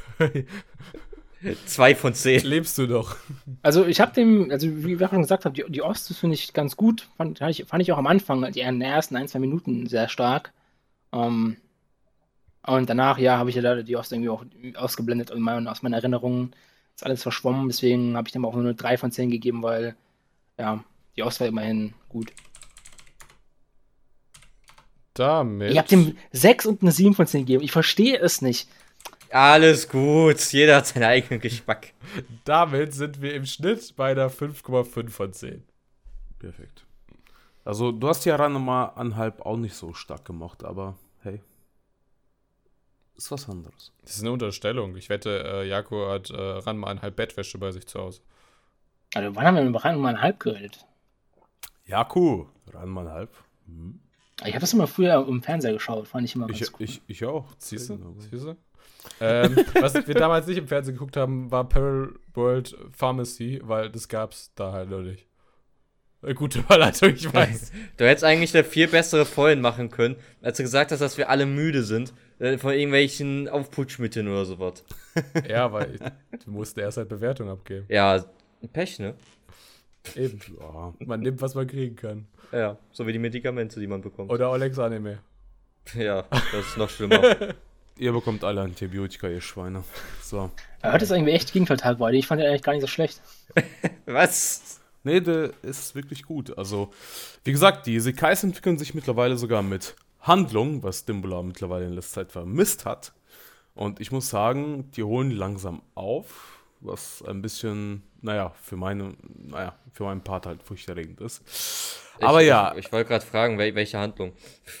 2 von 10. Lebst du doch. Also wie ich schon gesagt habe, die Ostis finde ich ganz gut. Fand ich auch am Anfang, in den ersten 1-2 Minuten sehr stark. Und danach, ja, habe ich ja da die Ost irgendwie auch ausgeblendet aus meinen Erinnerungen. Ist alles verschwommen, deswegen habe ich dem auch nur eine 3 von 10 gegeben, weil, ja, die Ost war immerhin gut. Damit. Ich habe dem 6 und eine 7 von 10 gegeben. Ich verstehe es nicht. Alles gut, jeder hat seinen eigenen Geschmack. Damit sind wir im Schnitt bei der 5,5 von 10. Perfekt. Also, du hast ja Ranma 1,5 auch nicht so stark gemacht, aber hey. Ist was anderes. Das ist eine Unterstellung. Ich wette, Jaco hat Ranma 1,5 Bettwäsche bei sich zu Hause. Also, wann haben wir über Ranma 1,5 geredet? Jaco, Ranma 1,5. Ich habe das immer früher im Fernseher geschaut, fand ich immer ganz cool. Ich auch. Siehst du? Was wir damals nicht im Fernsehen geguckt haben, war Parallel World Pharmacy, weil das gab's da halt noch nicht. Gute Überleitung, ich weiß. Du hättest eigentlich eine viel bessere Folgen machen können, als du gesagt hast, dass wir alle müde sind von irgendwelchen Aufputschmitteln oder sowas. Ja, weil du musst erst halt Bewertung abgeben. Ja, Pech, ne? Eben. Ja. Man nimmt, was man kriegen kann. Ja, so wie die Medikamente, die man bekommt. Oder Olex Anime. Ja, das ist noch schlimmer. Ihr bekommt alle Antibiotika, ihr Schweine. So. Aber heute ist eigentlich echt Gegenteiltag, weil ich fand den eigentlich gar nicht so schlecht. Was? Nee, der ist wirklich gut. Also, wie gesagt, die Isekais entwickeln sich mittlerweile sogar mit Handlung, was Dimbula mittlerweile in letzter Zeit vermisst hat. Und ich muss sagen, die holen langsam auf, was ein bisschen, für meinen Part halt furchterregend ist. Aber Ich wollte gerade fragen, welche Handlung?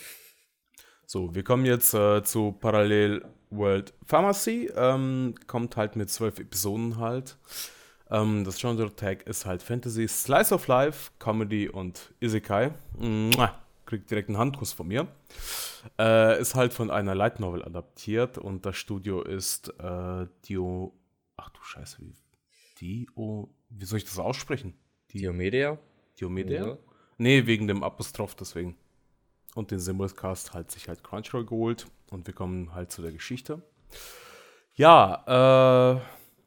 So, wir kommen jetzt zu Parallel World Pharmacy. Kommt halt mit 12 Episoden halt. Das Genre-Tag ist halt Fantasy, Slice of Life, Comedy und Isekai. Kriegt direkt einen Handkuss von mir. Ist halt von einer Light Novel adaptiert und das Studio ist Dio. Ach du Scheiße, wie soll ich das aussprechen? Diomedia? Diomedia? Ja. Nee, wegen dem Apostroph deswegen. Und den Simulcast hat sich halt Crunchyroll geholt. Und wir kommen halt zu der Geschichte. Ja,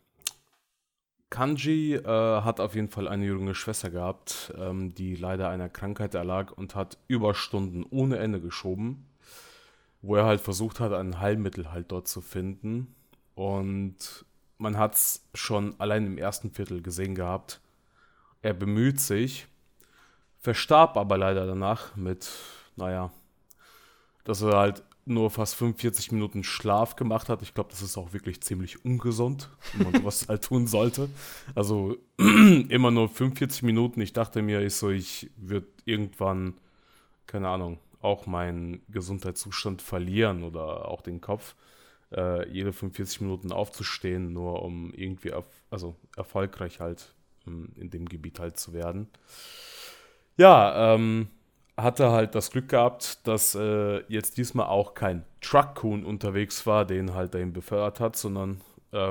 Kanji hat auf jeden Fall eine jüngere Schwester gehabt, die leider einer Krankheit erlag und hat Überstunden ohne Ende geschoben. Wo er halt versucht hat, ein Heilmittel halt dort zu finden. Und man hat es schon allein im ersten Viertel gesehen gehabt. Er bemüht sich, verstarb aber leider danach mit, dass er halt nur fast 45 Minuten Schlaf gemacht hat. Ich glaube, das ist auch wirklich ziemlich ungesund, wenn man sowas halt tun sollte. Also immer nur 45 Minuten. Ich dachte mir, ich würde irgendwann, keine Ahnung, auch meinen Gesundheitszustand verlieren oder auch den Kopf. Jede 45 Minuten aufzustehen, nur um irgendwie erfolgreich halt in dem Gebiet halt zu werden. Ja, hatte halt das Glück gehabt, dass jetzt diesmal auch kein Truck-Kun unterwegs war, den halt dahin befördert hat, sondern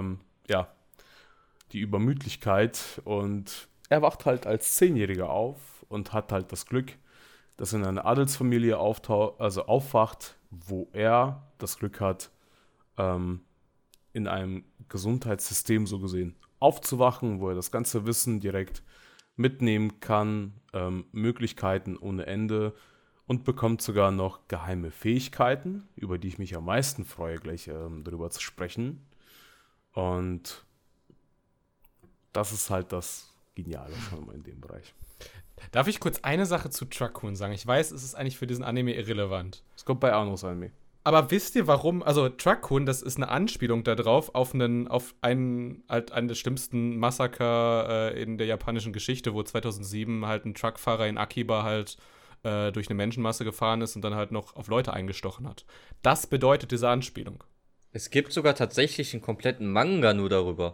die Übermüdlichkeit. Und er wacht halt als 10-Jähriger auf und hat halt das Glück, dass er in einer Adelsfamilie aufwacht, wo er das Glück hat, in einem Gesundheitssystem so gesehen aufzuwachen, wo er das ganze Wissen direkt mitnehmen kann, Möglichkeiten ohne Ende und bekommt sogar noch geheime Fähigkeiten, über die ich mich am meisten freue, gleich darüber zu sprechen. Und das ist halt das Geniale schon mal in dem Bereich. Darf ich kurz eine Sache zu Truck-Kun sagen? Ich weiß, es ist eigentlich für diesen Anime irrelevant. Es kommt bei Arnos Anime. Aber wisst ihr warum? Also Truck-Kun, das ist eine Anspielung darauf, auf einen der schlimmsten Massaker in der japanischen Geschichte, wo 2007 halt ein Truckfahrer in Akiba halt durch eine Menschenmasse gefahren ist und dann halt noch auf Leute eingestochen hat. Das bedeutet diese Anspielung. Es gibt sogar tatsächlich einen kompletten Manga nur darüber.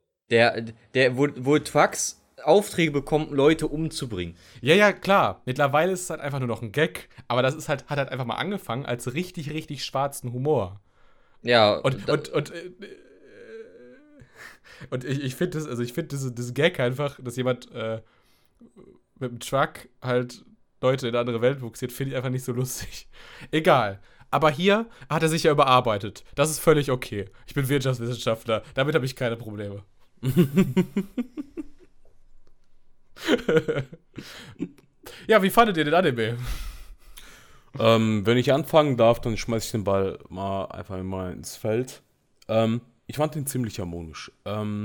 Wo Trucks Aufträge bekommt, Leute umzubringen. Ja, klar. Mittlerweile ist es halt einfach nur noch ein Gag. Aber das ist hat halt einfach mal angefangen als richtig, richtig schwarzen Humor. Ja. Und ich finde das, also ich finde diese Gag einfach, dass jemand mit dem Truck halt Leute in eine andere Welt buxiert, finde ich einfach nicht so lustig. Egal. Aber hier hat er sich ja überarbeitet. Das ist völlig okay. Ich bin Wirtschaftswissenschaftler. Damit habe ich keine Probleme. Ja, wie fandet ihr den Anime? Wenn ich anfangen darf, dann schmeiße ich den Ball einfach mal ins Feld. Ich fand ihn ziemlich harmonisch.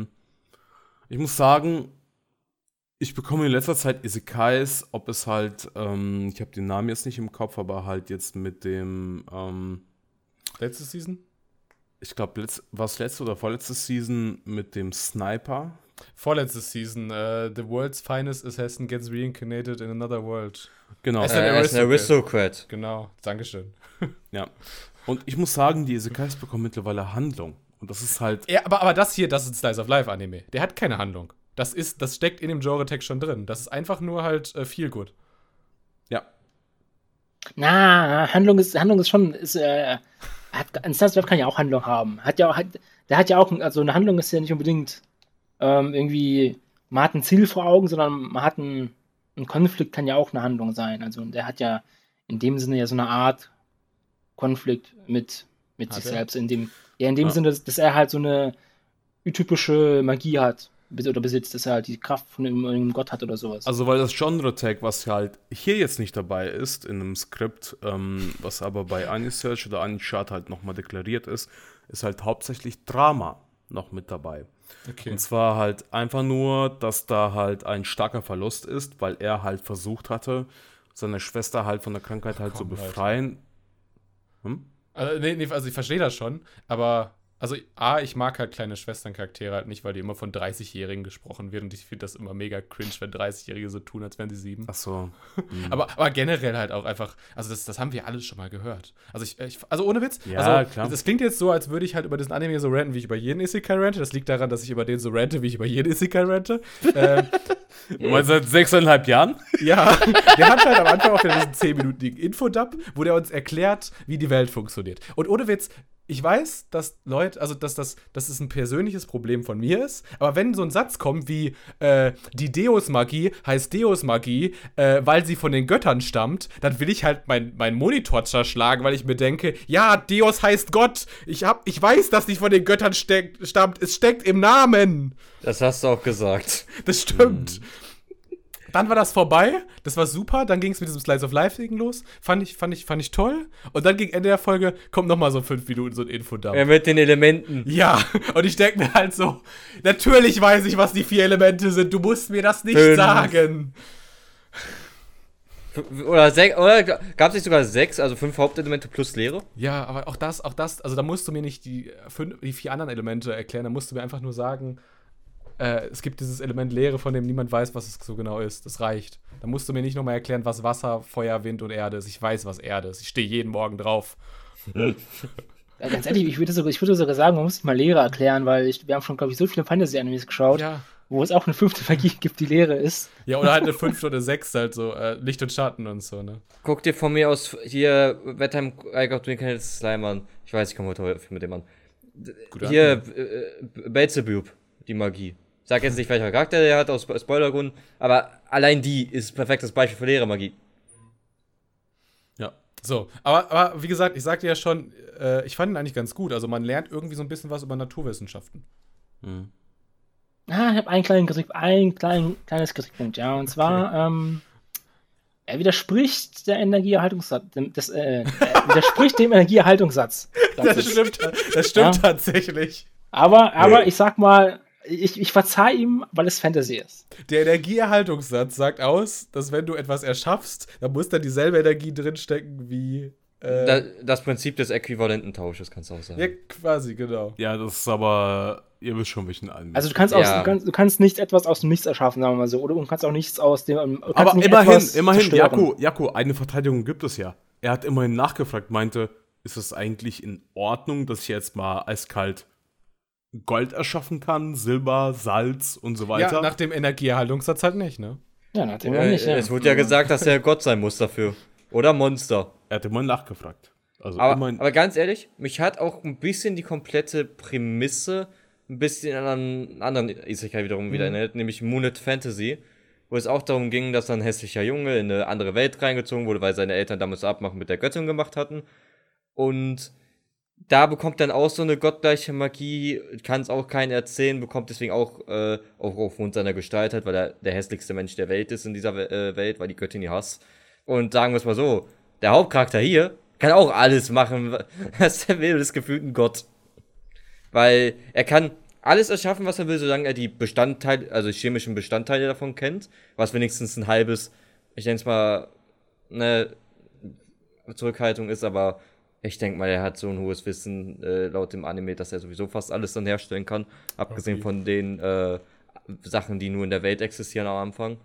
Ich muss sagen, ich bekomme in letzter Zeit Isekais, ob es halt, ich habe den Namen jetzt nicht im Kopf, aber halt jetzt mit dem Letzte Season? Ich glaube, war es letzte oder vorletzte Season mit dem Sniper? Vorletzte Season. The World's Finest Assassin gets reincarnated in another world. Genau. As ein Aristocrat. Genau, Dankeschön. Ja. Und ich muss sagen, die Isekais bekommen mittlerweile Handlung. Und das ist halt... Ja, aber das ist ein Slice-of-Life-Anime. Der hat keine Handlung. Das steckt in dem Genre-Text schon drin. Das ist einfach nur halt viel gut. Ja. Handlung ist schon... ein Slice-of-Life kann ja auch Handlung haben. Der hat ja auch... Also eine Handlung ist ja nicht unbedingt... irgendwie, man hat ein Ziel vor Augen, sondern man hat ein Konflikt kann ja auch eine Handlung sein. Also der hat ja in dem Sinne ja so eine Art Konflikt mit sich selbst. In dem Sinne, dass er halt so eine typische Magie hat oder besitzt, dass er halt die Kraft von einem Gott hat oder sowas. Also weil das Genre-Tag, was halt hier jetzt nicht dabei ist in einem Skript, was aber bei Anisearch oder Anichart halt nochmal deklariert ist halt hauptsächlich Drama noch mit dabei. Okay. Und zwar halt einfach nur, dass da halt ein starker Verlust ist, weil er halt versucht hatte, seine Schwester halt von der Krankheit halt zu befreien. Also ich verstehe das schon, aber ich mag halt kleine Schwesterncharaktere halt nicht, weil die immer von 30-Jährigen gesprochen werden und ich finde das immer mega cringe, wenn 30-Jährige so tun, als wären sie 7. Ach so. Aber generell halt auch einfach, also das haben wir alles schon mal gehört. Also ohne Witz, ja, klar. Das klingt jetzt so, als würde ich halt über diesen Anime so ranten, wie ich über jeden Isekai rante. Das liegt daran, dass ich über den so rante, wie ich über jeden Isekai rante. Du meinst seit 6,5 Jahren? Ja, der hat halt am Anfang auch diesen 10-minütigen Infodub, wo der uns erklärt, wie die Welt funktioniert. Und ohne Witz, ich weiß, dass Leute, also dass es ein persönliches Problem von mir ist, aber wenn so ein Satz kommt wie die Deus-Magie heißt Deus-Magie, weil sie von den Göttern stammt, dann will ich halt mein Monitor zerschlagen, weil ich mir denke, ja, Deus heißt Gott. Ich weiß, dass nicht von den Göttern stammt. Es steckt im Namen. Das hast du auch gesagt. Das stimmt. dann war das vorbei, das war super, dann ging es mit diesem Slice of Life-Ding los, fand ich toll. Und dann gegen Ende der Folge kommt nochmal so 5 Minuten so ein Infodump. Ja, mit den Elementen. Ja, und ich denke mir halt so, natürlich weiß ich, was die 4 Elemente sind, du musst mir das nicht 5. sagen. Oder 6, oder gab es nicht sogar 6, also 5 Hauptelemente plus Leere? Ja, aber auch das, also da musst du mir nicht die 4 anderen Elemente erklären, da musst du mir einfach nur sagen, es gibt dieses Element Leere, von dem niemand weiß, was es so genau ist. Das reicht. Da musst du mir nicht nochmal erklären, was Wasser, Feuer, Wind und Erde ist. Ich weiß, was Erde ist. Ich stehe jeden Morgen drauf. Ja, ganz ehrlich, ich würde sogar sagen, man muss sich mal Leere erklären, weil wir haben schon, glaube ich, so viele Fantasy-Animes geschaut, Ja. wo es auch eine 5. Magie gibt, die Leere ist. Ja, oder halt eine 5. oder 6, halt so Licht und Schatten und so, ne? Guck dir von mir aus hier Wettheim, I got Wicked Slime an. Ich weiß, ich komme heute häufig mit dem an. Gute Hier, Beelzebub, die Magie. Sag jetzt nicht, welcher Charakter der hat, aus Spoilergründen, aber allein die ist ein perfektes Beispiel für leere Magie. Ja. So, aber wie gesagt, ich sagte ja schon, ich fand ihn eigentlich ganz gut. Also man lernt irgendwie so ein bisschen was über Naturwissenschaften. Mhm. Ah, ich habe einen kleines Kritikpunkt, ja. Und zwar, er widerspricht der Energieerhaltungssatz. Widerspricht dem Energieerhaltungssatz. Das stimmt Ja. tatsächlich. Aber ich sag mal, ich verzeih ihm, weil es Fantasy ist. Der Energieerhaltungssatz sagt aus, dass wenn du etwas erschaffst, dann muss da dieselbe Energie drinstecken wie. Das Prinzip des äquivalenten Tausches kannst du auch sagen. Ja, quasi, genau. Ja, das ist aber, ihr wisst schon, welchen Anime. Also du kannst nicht etwas aus dem Nichts erschaffen, sagen wir mal so. Oder du kannst auch nichts aus dem. Aber nicht immerhin, zerstören. Jaco, eine Verteidigung gibt es ja. Er hat immerhin nachgefragt, meinte, ist es eigentlich in Ordnung, dass ich jetzt mal eiskalt Gold erschaffen kann, Silber, Salz und so weiter? Ja, nach dem Energieerhaltungssatz halt nicht, ne? Ja, natürlich nicht. Ja. Es wurde ja gesagt, dass er Gott sein muss dafür. Oder Monster. Er hat immerhin nachgefragt. Also Aber ganz ehrlich, mich hat auch ein bisschen die komplette Prämisse ein bisschen an einen anderen Isekai wiederum wieder erinnert, nämlich Moonlit Fantasy, wo es auch darum ging, dass ein hässlicher Junge in eine andere Welt reingezogen wurde, weil seine Eltern damals Abmachen mit der Göttin gemacht hatten. Und da bekommt dann auch so eine gottgleiche Magie, kann es auch keinen erzählen, bekommt deswegen auch aufgrund seiner Gestalt halt, weil er der hässlichste Mensch der Welt ist in dieser Welt, weil die Göttin ihn hasst. Und sagen wir es mal so, der Hauptcharakter hier kann auch alles machen, was er will, ist gefühlt ein Gott. Weil er kann alles erschaffen, was er will, solange er die Bestandteile, also die chemischen Bestandteile davon kennt, was wenigstens ein halbes, ich nenne es mal, eine Zurückhaltung ist, aber ich denke mal, er hat so ein hohes Wissen laut dem Anime, dass er sowieso fast alles dann herstellen kann, abgesehen von den Sachen, die nur in der Welt existieren am Anfang.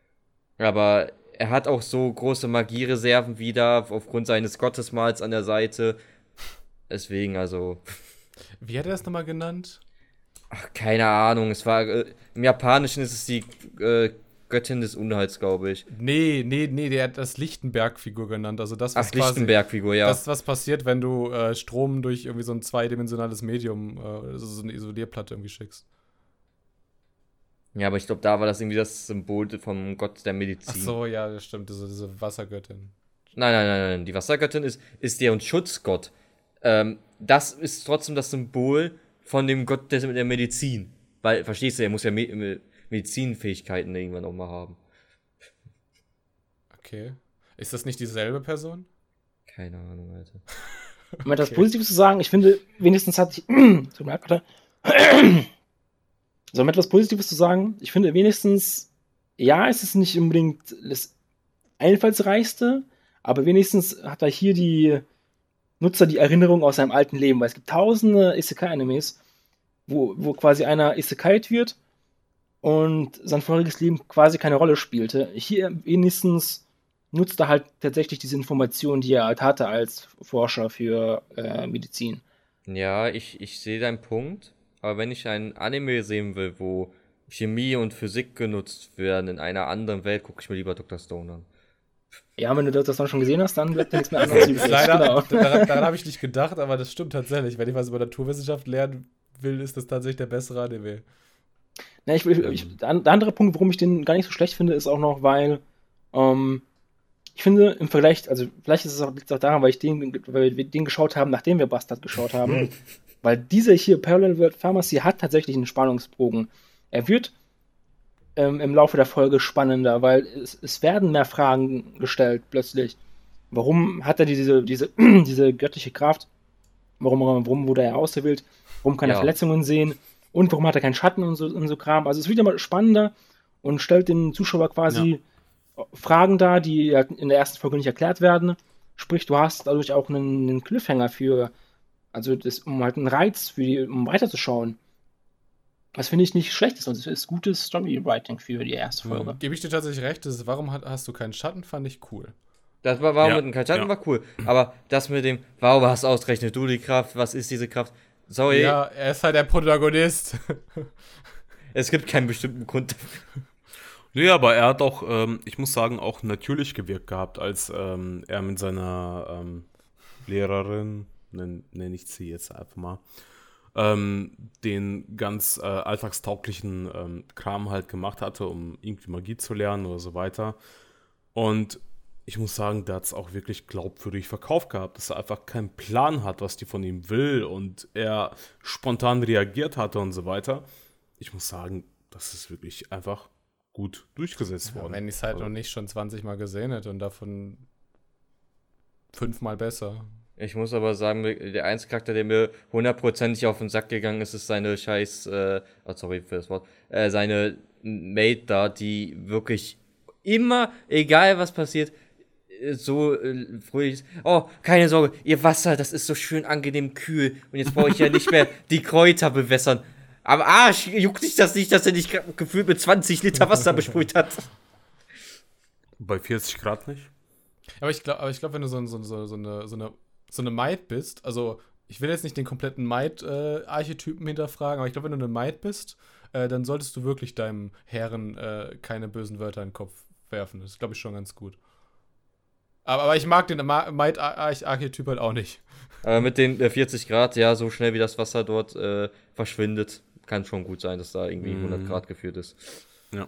Aber er hat auch so große Magiereserven wieder, aufgrund seines Gottesmals an der Seite. Deswegen, also. Wie hat er das nochmal genannt? Ach, keine Ahnung. Es war. Im Japanischen ist es die Göttin des Unheils, glaube ich. Nee, der hat das Lichtenberg-Figur genannt. Also das, was Lichtenberg-Figur, ja. Das, was passiert, wenn du Strom durch irgendwie so ein zweidimensionales Medium, also so eine Isolierplatte irgendwie schickst. Ja, aber ich glaube, da war das irgendwie das Symbol vom Gott der Medizin. Ach so, ja, das stimmt, diese Wassergöttin. Nein. Die Wassergöttin ist deren Schutzgott. Das ist trotzdem das Symbol von dem Gott der Medizin. Weil, verstehst du, er muss ja Medizinfähigkeiten irgendwann auch mal haben. Okay. Ist das nicht dieselbe Person? Keine Ahnung, Alter. Um etwas Positives zu sagen, ich finde, wenigstens hat sich. Tut mir leid, warte. So, um etwas Positives zu sagen, ich finde wenigstens, ja, es ist nicht unbedingt das einfallsreichste, aber wenigstens hat er hier die Nutzer die Erinnerung aus seinem alten Leben, weil es gibt tausende Isekai-Animes, wo quasi einer Isekait wird und sein voriges Leben quasi keine Rolle spielte. Hier wenigstens nutzt er halt tatsächlich diese Informationen, die er halt hatte als Forscher für Medizin. Ja, ich sehe deinen Punkt, aber wenn ich ein Anime sehen will, wo Chemie und Physik genutzt werden in einer anderen Welt, gucke ich mir lieber Dr. Stone an. Ja, wenn du das dann schon gesehen hast, dann bleibt dir nichts mehr anderes übrig. Leider, daran habe ich nicht gedacht, aber das stimmt tatsächlich. Wenn ich was über Naturwissenschaft lernen will, ist das tatsächlich der bessere Anime. Na, der andere Punkt, warum ich den gar nicht so schlecht finde, ist auch noch, weil ich finde im Vergleich, also vielleicht liegt es auch daran, weil wir den geschaut haben, nachdem wir Bastard geschaut haben, weil diese hier Parallel World Pharmacy hat tatsächlich einen Spannungsbogen. Er wird im Laufe der Folge spannender, weil es werden mehr Fragen gestellt plötzlich. Warum hat er diese göttliche Kraft? Warum wurde er auserwählt? Warum kann er Ja. Verletzungen sehen? Und warum hat er keinen Schatten und so Kram? Also es wird immer spannender und stellt dem Zuschauer quasi Fragen dar, die halt in der ersten Folge nicht erklärt werden. Sprich, du hast dadurch auch einen Cliffhanger um halt einen Reiz um weiterzuschauen. Was finde ich nicht schlecht ist, und es ist gutes Storywriting für die erste Folge. Gebe ich dir tatsächlich recht, warum hast du keinen Schatten, fand ich cool. Das war Ja, mit dem Kaltschatten ja. war cool. Aber das mit dem, warum hast ausgerechnet du die Kraft? Was ist diese Kraft? Sorry, Ja, er ist halt der Protagonist. es gibt keinen bestimmten Grund dafür. Nee, aber er hat auch, ich muss sagen, auch natürlich gewirkt gehabt, als er mit seiner Lehrerin, nenne ich sie jetzt einfach mal, den ganz alltagstauglichen Kram halt gemacht hatte, um irgendwie Magie zu lernen oder so weiter. Und ich muss sagen, der hat es auch wirklich glaubwürdig verkauft gehabt, dass er einfach keinen Plan hat, was die von ihm will und er spontan reagiert hatte und so weiter. Ich muss sagen, das ist wirklich einfach gut durchgesetzt worden. Wenn ich es halt Also, noch nicht schon 20 Mal gesehen hätte und davon 5 Mal besser. Ich muss aber sagen, der einzige Charakter, der mir hundertprozentig auf den Sack gegangen ist, ist seine sorry für das Wort, seine Maid da, die wirklich immer, egal was passiert, so fröhlich ist. Oh, keine Sorge, ihr Wasser, das ist so schön angenehm kühl und jetzt brauche ich ja nicht mehr die Kräuter bewässern. Am Arsch, juckt dich das nicht, dass er dich gefühlt mit 20 Liter Wasser besprüht hat. bei 40 Grad nicht? Aber ich glaube, wenn du so eine Maid bist, also ich will jetzt nicht den kompletten Maid-Archetypen hinterfragen, aber ich glaube, wenn du eine Maid bist, dann solltest du wirklich deinem Herren keine bösen Wörter in den Kopf werfen. Das ist, glaube ich, schon ganz gut. Aber ich mag den Maid-Archetyp halt auch nicht. Aber mit den 40 Grad, ja, so schnell wie das Wasser dort verschwindet, kann schon gut sein, dass da irgendwie 100 Grad geführt ist. Ja.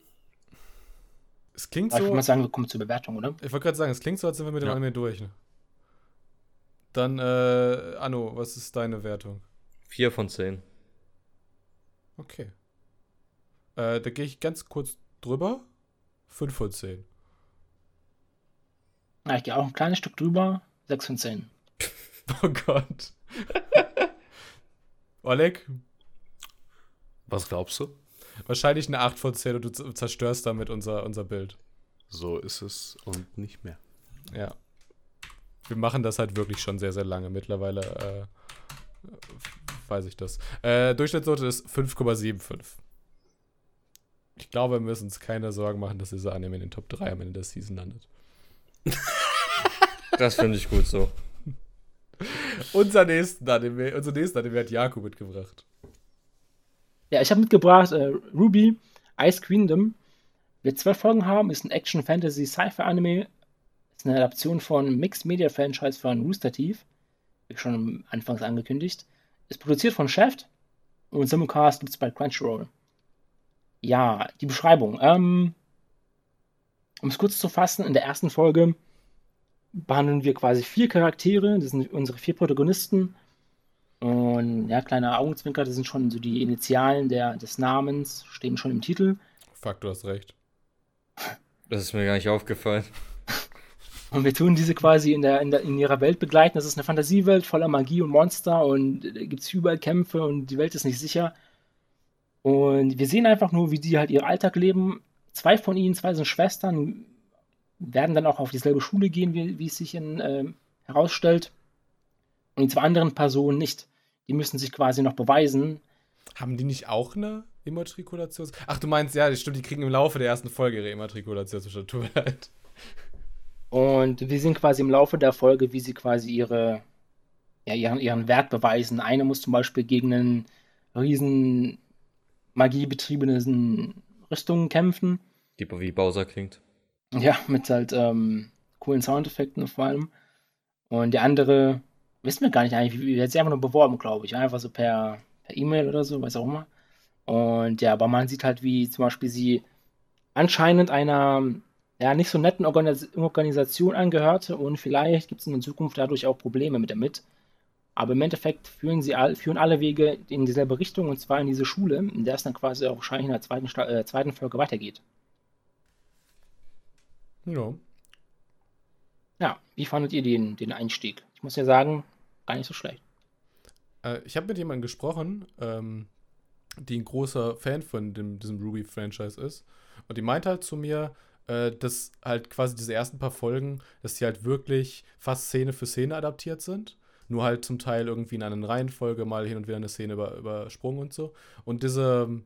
Es klingt Aber ich so. würde mal sagen, wir kommen zur Bewertung, oder? Ich wollte gerade sagen, es klingt so, als sind wir mit dem Ja. Anime durch. Ne? Dann, Anno, was ist deine Wertung? 4 von 10. Okay. Da gehe ich ganz kurz drüber. 5 von 10. Ja, ich gehe auch ein kleines Stück drüber. 6 von 10. Oh Gott. Oleg? Was glaubst du? Wahrscheinlich eine 8 von 10 und du zerstörst damit unser Bild. So ist es und nicht mehr. Ja. Wir machen das halt wirklich schon sehr, sehr lange. Mittlerweile weiß ich das. Durchschnittsnote ist 5,75. Ich glaube, wir müssen uns keine Sorgen machen, dass dieser Anime in den Top 3 am Ende der Season landet. Das finde ich gut so. Unser nächsten Anime hat Jakob mitgebracht. Ja, ich habe mitgebracht Ruby, Ice Queendom. Wird 2 Folgen haben, ist ein Action-Fantasy-Sci-Fi-Anime. Ist eine Adaption von Mixed-Media-Franchise von Rooster Teeth. Wie schon anfangs angekündigt. Ist produziert von Shaft und Simulcast gibt es bei Crunchyroll. Ja, die Beschreibung. Um es kurz zu fassen, in der ersten Folge behandeln wir quasi 4 Charaktere. Das sind unsere 4 Protagonisten. Und ja, kleiner Augenzwinker, das sind schon so die Initialen des Namens, stehen schon im Titel. Fuck, du hast recht. Das ist mir gar nicht aufgefallen. Und wir tun diese quasi in ihrer Welt begleiten. Das ist eine Fantasiewelt voller Magie und Monster und da gibt es überall Kämpfe und die Welt ist nicht sicher. Und wir sehen einfach nur, wie die halt ihren Alltag leben. 2 von ihnen, 2 sind Schwestern, werden dann auch auf dieselbe Schule gehen, wie es sich herausstellt. Und die 2 anderen Personen nicht. Die müssen sich quasi noch beweisen. Haben die nicht auch eine Immatrikulation? Ach, du meinst, ja, das stimmt, die kriegen im Laufe der ersten Folge ihre Immatrikulation. Tut mir leid. Und wir sehen quasi im Laufe der Folge, wie sie quasi ihren Wert beweisen. Eine muss zum Beispiel gegen einen riesen magiebetriebenen Rüstungen kämpfen. Die wie Bowser klingt. Ja, mit halt coolen Soundeffekten vor allem. Und die andere, wissen wir gar nicht eigentlich, wie hat sie einfach nur beworben, glaube ich. Einfach so per E-Mail oder so, weiß auch immer. Und ja, aber man sieht halt, wie zum Beispiel sie anscheinend einer nicht so netten Organisation angehörte und vielleicht gibt es in Zukunft dadurch auch Probleme damit. Aber im Endeffekt führen alle Wege in dieselbe Richtung, und zwar in diese Schule, in der es dann quasi auch wahrscheinlich in der zweiten Folge weitergeht. Ja. Ja, wie fandet ihr den Einstieg? Ich muss ja sagen, gar nicht so schlecht. Ich habe mit jemandem gesprochen, die ein großer Fan von diesem Ruby-Franchise ist. Und die meinte halt zu mir, dass halt quasi diese ersten paar Folgen, dass die halt wirklich fast Szene für Szene adaptiert sind. Nur halt zum Teil irgendwie in einer Reihenfolge mal hin und wieder eine Szene übersprungen und so. Und diese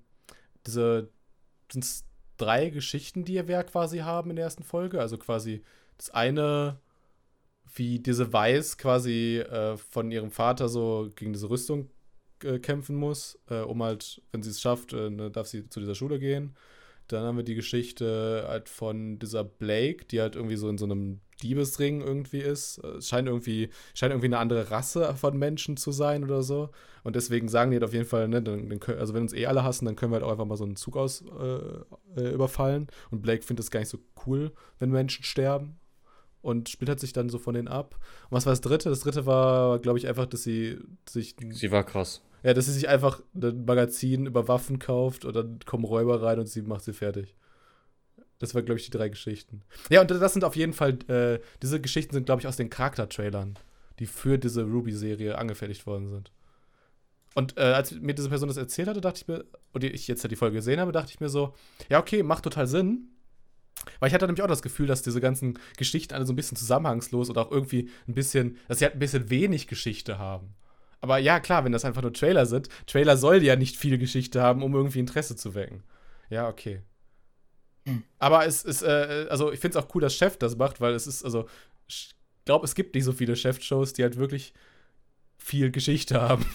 sind 3 Geschichten, die wir quasi haben in der ersten Folge. Also quasi das eine, wie diese Weiß quasi von ihrem Vater so gegen diese Rüstung kämpfen muss, um halt, wenn sie es schafft, darf sie zu dieser Schule gehen. Dann haben wir die Geschichte halt von dieser Blake, die halt irgendwie so in so einem Diebesring irgendwie ist. Es scheint irgendwie eine andere Rasse von Menschen zu sein oder so. Und deswegen sagen die halt auf jeden Fall, ne, also wenn uns alle hassen, dann können wir halt auch einfach mal so einen Zug überfallen. Und Blake findet es gar nicht so cool, wenn Menschen sterben. Und splittert sich dann so von denen ab. Und was war das Dritte? Das Dritte war, glaube ich, einfach, dass sie war krass. Ja, dass sie sich einfach ein Magazin über Waffen kauft und dann kommen Räuber rein und sie macht sie fertig. Das war, glaube ich, die 3 Geschichten. Ja, und das sind auf jeden Fall, diese Geschichten sind, glaube ich, aus den Charaktertrailern, die für diese Ruby-Serie angefertigt worden sind. Und als mir diese Person das erzählt hatte, dachte ich mir, und ich jetzt die Folge gesehen habe, dachte ich mir so, ja, okay, macht total Sinn. Weil ich hatte nämlich auch das Gefühl, dass diese ganzen Geschichten alle so ein bisschen zusammenhangslos oder auch irgendwie ein bisschen, dass sie halt ein bisschen wenig Geschichte haben. Aber ja, klar, wenn das einfach nur Trailer sind, Trailer soll ja nicht viel Geschichte haben, um irgendwie Interesse zu wecken. Ja, okay. Aber es ist, also ich finde es auch cool, dass Chef das macht, weil es ist, also, ich glaube, es gibt nicht so viele Chef-Shows, die halt wirklich viel Geschichte haben.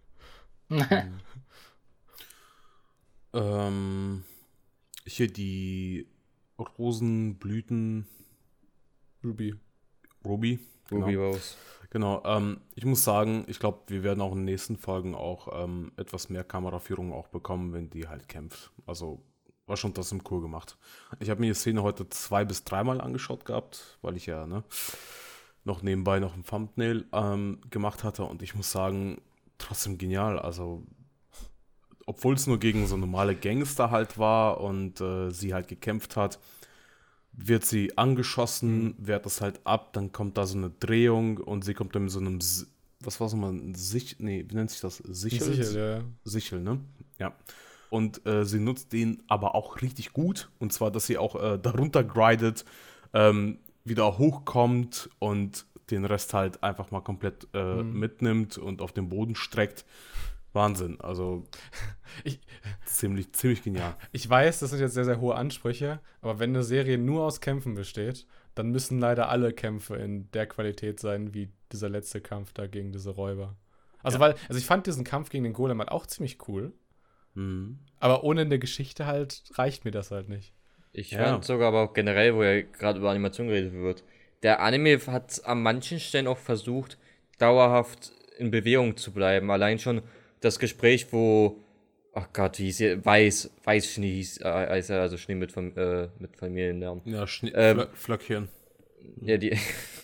Hier die Rosenblüten. Ruby. Ruby Rose. Genau, ich muss sagen, ich glaube, wir werden auch in den nächsten Folgen auch etwas mehr Kameraführung auch bekommen, wenn die halt kämpft. Also war schon trotzdem cool gemacht. Ich habe mir die Szene heute 2- bis 3-mal angeschaut gehabt, weil ich ja noch nebenbei noch ein Thumbnail gemacht hatte, und ich muss sagen, trotzdem genial. Also obwohl es nur gegen so normale Gangster halt war und sie halt gekämpft hat, wird sie angeschossen, wehrt das halt ab, dann kommt da so eine Drehung und sie kommt dann mit so einem, was war es nochmal, wie nennt sich das? Sichel, ja. Sichel, ne? Ja. Und sie nutzt den aber auch richtig gut, und zwar, dass sie auch darunter gridet, wieder hochkommt und den Rest halt einfach mal komplett mitnimmt und auf den Boden streckt. Wahnsinn, also ziemlich genial. Ich weiß, das sind jetzt sehr, sehr hohe Ansprüche, aber wenn eine Serie nur aus Kämpfen besteht, dann müssen leider alle Kämpfe in der Qualität sein, wie dieser letzte Kampf da gegen diese Räuber. Also, ich fand diesen Kampf gegen den Golem halt auch ziemlich cool, aber ohne eine Geschichte halt reicht mir das halt nicht. Ich fand sogar aber auch generell, wo ja gerade über Animation geredet wird, der Anime hat an manchen Stellen auch versucht, dauerhaft in Bewegung zu bleiben. Allein schon das Gespräch, wo, ach Gott, wie hieß sie? Weißschnee hieß, also Schnee mit Familiennamen. Ja, Flöckchen. Ja, die.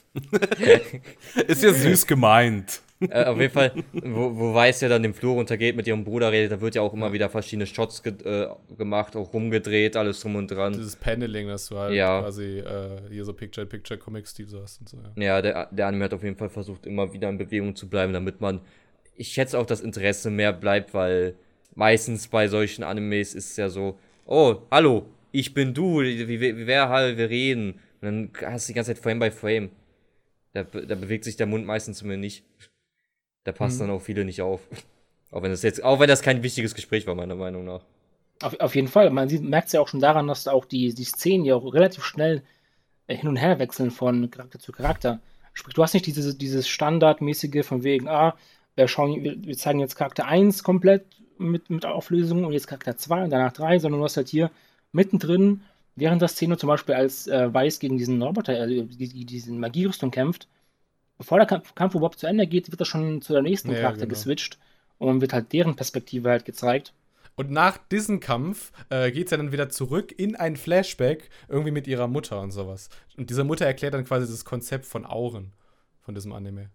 Ist ja süß gemeint. Auf jeden Fall, wo Weiß ja dann den Flur runtergeht, mit ihrem Bruder redet, da wird ja auch immer wieder verschiedene Shots gemacht, auch rumgedreht, alles drum und dran. Dieses Paneling, dass du halt quasi hier so Picture-in-Picture-Comic-Stil so hast und so, ja. Ja, der Anime hat auf jeden Fall versucht, immer wieder in Bewegung zu bleiben, damit ich schätze auch, das Interesse mehr bleibt, weil meistens bei solchen Animes ist es ja so, oh, hallo, ich bin du, wir reden. Und dann hast du die ganze Zeit Frame by Frame. Da bewegt sich der Mund meistens zu mir nicht. Da passt dann auch viele nicht auf. Auch wenn das kein wichtiges Gespräch war, meiner Meinung nach. Auf jeden Fall. Man merkt es ja auch schon daran, dass auch die Szenen ja auch relativ schnell hin und her wechseln von Charakter zu Charakter. Sprich, du hast nicht dieses standardmäßige von wegen, wir zeigen jetzt Charakter 1 komplett mit Auflösung und jetzt Charakter 2 und danach 3, sondern du hast halt hier mittendrin, während der Szene zum Beispiel als Weiß gegen diesen Roboter, diesen Magierüstung kämpft, bevor der Kampf überhaupt zu Ende geht, wird er schon zu der nächsten Charakter geswitcht und wird halt deren Perspektive halt gezeigt. Und nach diesem Kampf geht sie dann wieder zurück in ein Flashback, irgendwie mit ihrer Mutter und sowas. Und diese Mutter erklärt dann quasi das Konzept von Auren von diesem Anime.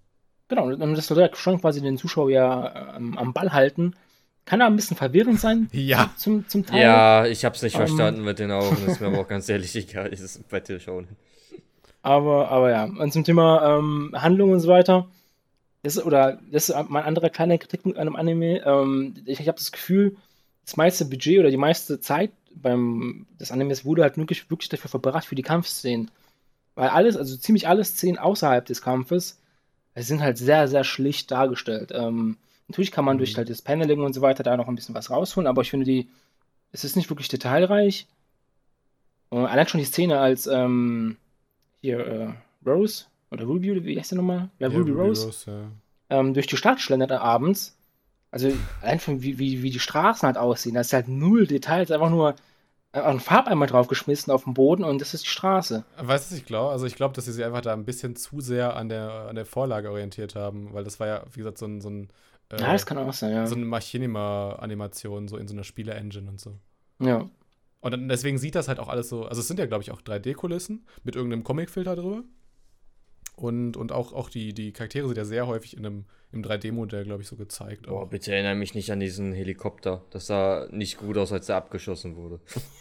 Genau, und das soll ja schon quasi den Zuschauer ja am Ball halten. Kann ja ein bisschen verwirrend sein Ja. zum Teil. Ja, ich hab's nicht Ähm. verstanden mit den Augen. Das ist mir aber auch ganz ehrlich egal, dieses Battle schauen. Aber ja, und zum Thema Handlung und so weiter, das ist mein anderer kleiner Kritikpunkt an einem Anime. Ich habe das Gefühl, das meiste Budget oder die meiste Zeit des Animes wurde halt wirklich dafür verbracht für die Kampfszenen. Weil alles, also ziemlich alle Szenen außerhalb des Kampfes, sind halt sehr, sehr schlicht dargestellt. Natürlich kann man durch halt das Paneling und so weiter da noch ein bisschen was rausholen, aber ich finde, es ist nicht wirklich detailreich. Und allein schon die Szene, als hier Rose oder Ruby, oder wie heißt der nochmal? Ja, Ruby Rose. Ja. Durch die Stadt schlendert abends. Also allein von wie die Straßen halt aussehen. Da ist halt null Details, einfach nur einen Farbeimer draufgeschmissen auf den Boden und das ist die Straße. Weißt du, was ich glaube? Also ich glaube, dass sie sich einfach da ein bisschen zu sehr an der Vorlage orientiert haben, weil das war ja, wie gesagt, so ein Ja, das kann auch sein, ja. so eine Machinima-Animation, so in so einer Spiele-Engine und so. Ja. Und dann, deswegen sieht das halt auch alles so, also es sind ja, glaube ich, auch 3D-Kulissen mit irgendeinem Comic-Filter drüber. Und auch die Charaktere sind ja sehr häufig im 3D-Modell, glaube ich, so gezeigt. Boah, Auch. bitte erinnere mich nicht an diesen Helikopter. Das sah nicht gut aus, als er abgeschossen wurde.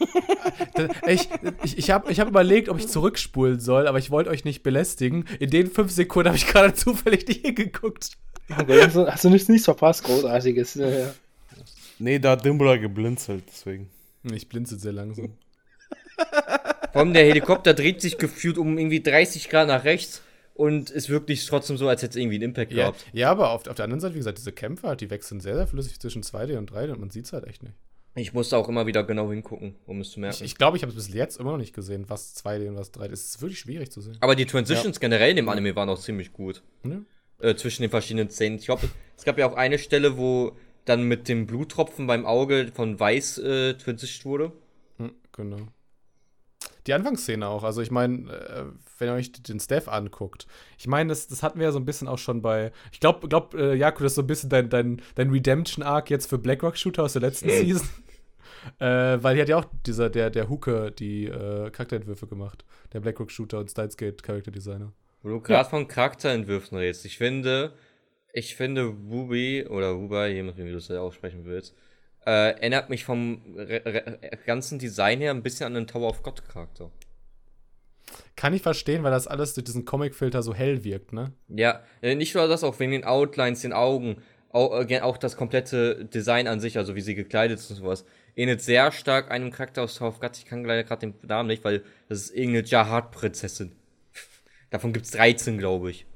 Ich hab überlegt, ob ich zurückspulen soll, aber ich wollte euch nicht belästigen. In den 5 Sekunden habe ich gerade zufällig nicht hingeguckt. Okay, hast du nichts verpasst, Großartiges. Ja. Nee, da hat Dimbler geblinzelt, deswegen. Ich blinze sehr langsam. Vor allem der Helikopter dreht sich gefühlt um irgendwie 30 Grad nach rechts und ist wirklich trotzdem so, als hätte es irgendwie einen Impact Ja, gehabt. ja, aber auf der anderen Seite, wie gesagt, diese Kämpfe halt, die wechseln sehr, sehr flüssig zwischen 2D und 3D und man sieht es halt echt nicht. Ich musste auch immer wieder genau hingucken, um es zu merken. Ich glaube, ich habe es bis jetzt immer noch nicht gesehen, was 2D und was 3D ist. Es ist wirklich schwierig zu sehen. Aber die Transitions generell in dem Anime waren auch ziemlich gut. Ja. Zwischen den verschiedenen Szenen. Ich glaube, es gab ja auch eine Stelle, wo dann mit dem Bluttropfen beim Auge von weiß transitioned wurde. Genau. Die Anfangsszene auch. Also ich meine, wenn ihr euch den Staff anguckt, ich meine, das hatten wir ja so ein bisschen auch schon bei, ich glaube, Jaku, das ist so ein bisschen dein Redemption-Arc jetzt für Blackrock Shooter aus der letzten Season. Weil hier hat ja auch der Hooker die Charakterentwürfe gemacht. Der Blackrock Shooter und Steins Gate Charakterdesigner. Wo du gerade von Charakterentwürfen redest. Ich finde Ruby oder Ruby, je nachdem, wie du es ja aussprechen willst, erinnert mich vom ganzen Design her ein bisschen an den Tower of God Charakter. Kann ich verstehen, weil das alles durch diesen Comic-Filter so hell wirkt, ne? Ja, nicht nur das, auch wegen den Outlines, den Augen, auch das komplette Design an sich, also wie sie gekleidet ist und sowas, ähnelt sehr stark einem Charakter aus Tower of God. Ich kann leider gerade den Namen nicht, weil das ist irgendeine Jahad-Prinzessin. Davon gibt's 13, glaube ich.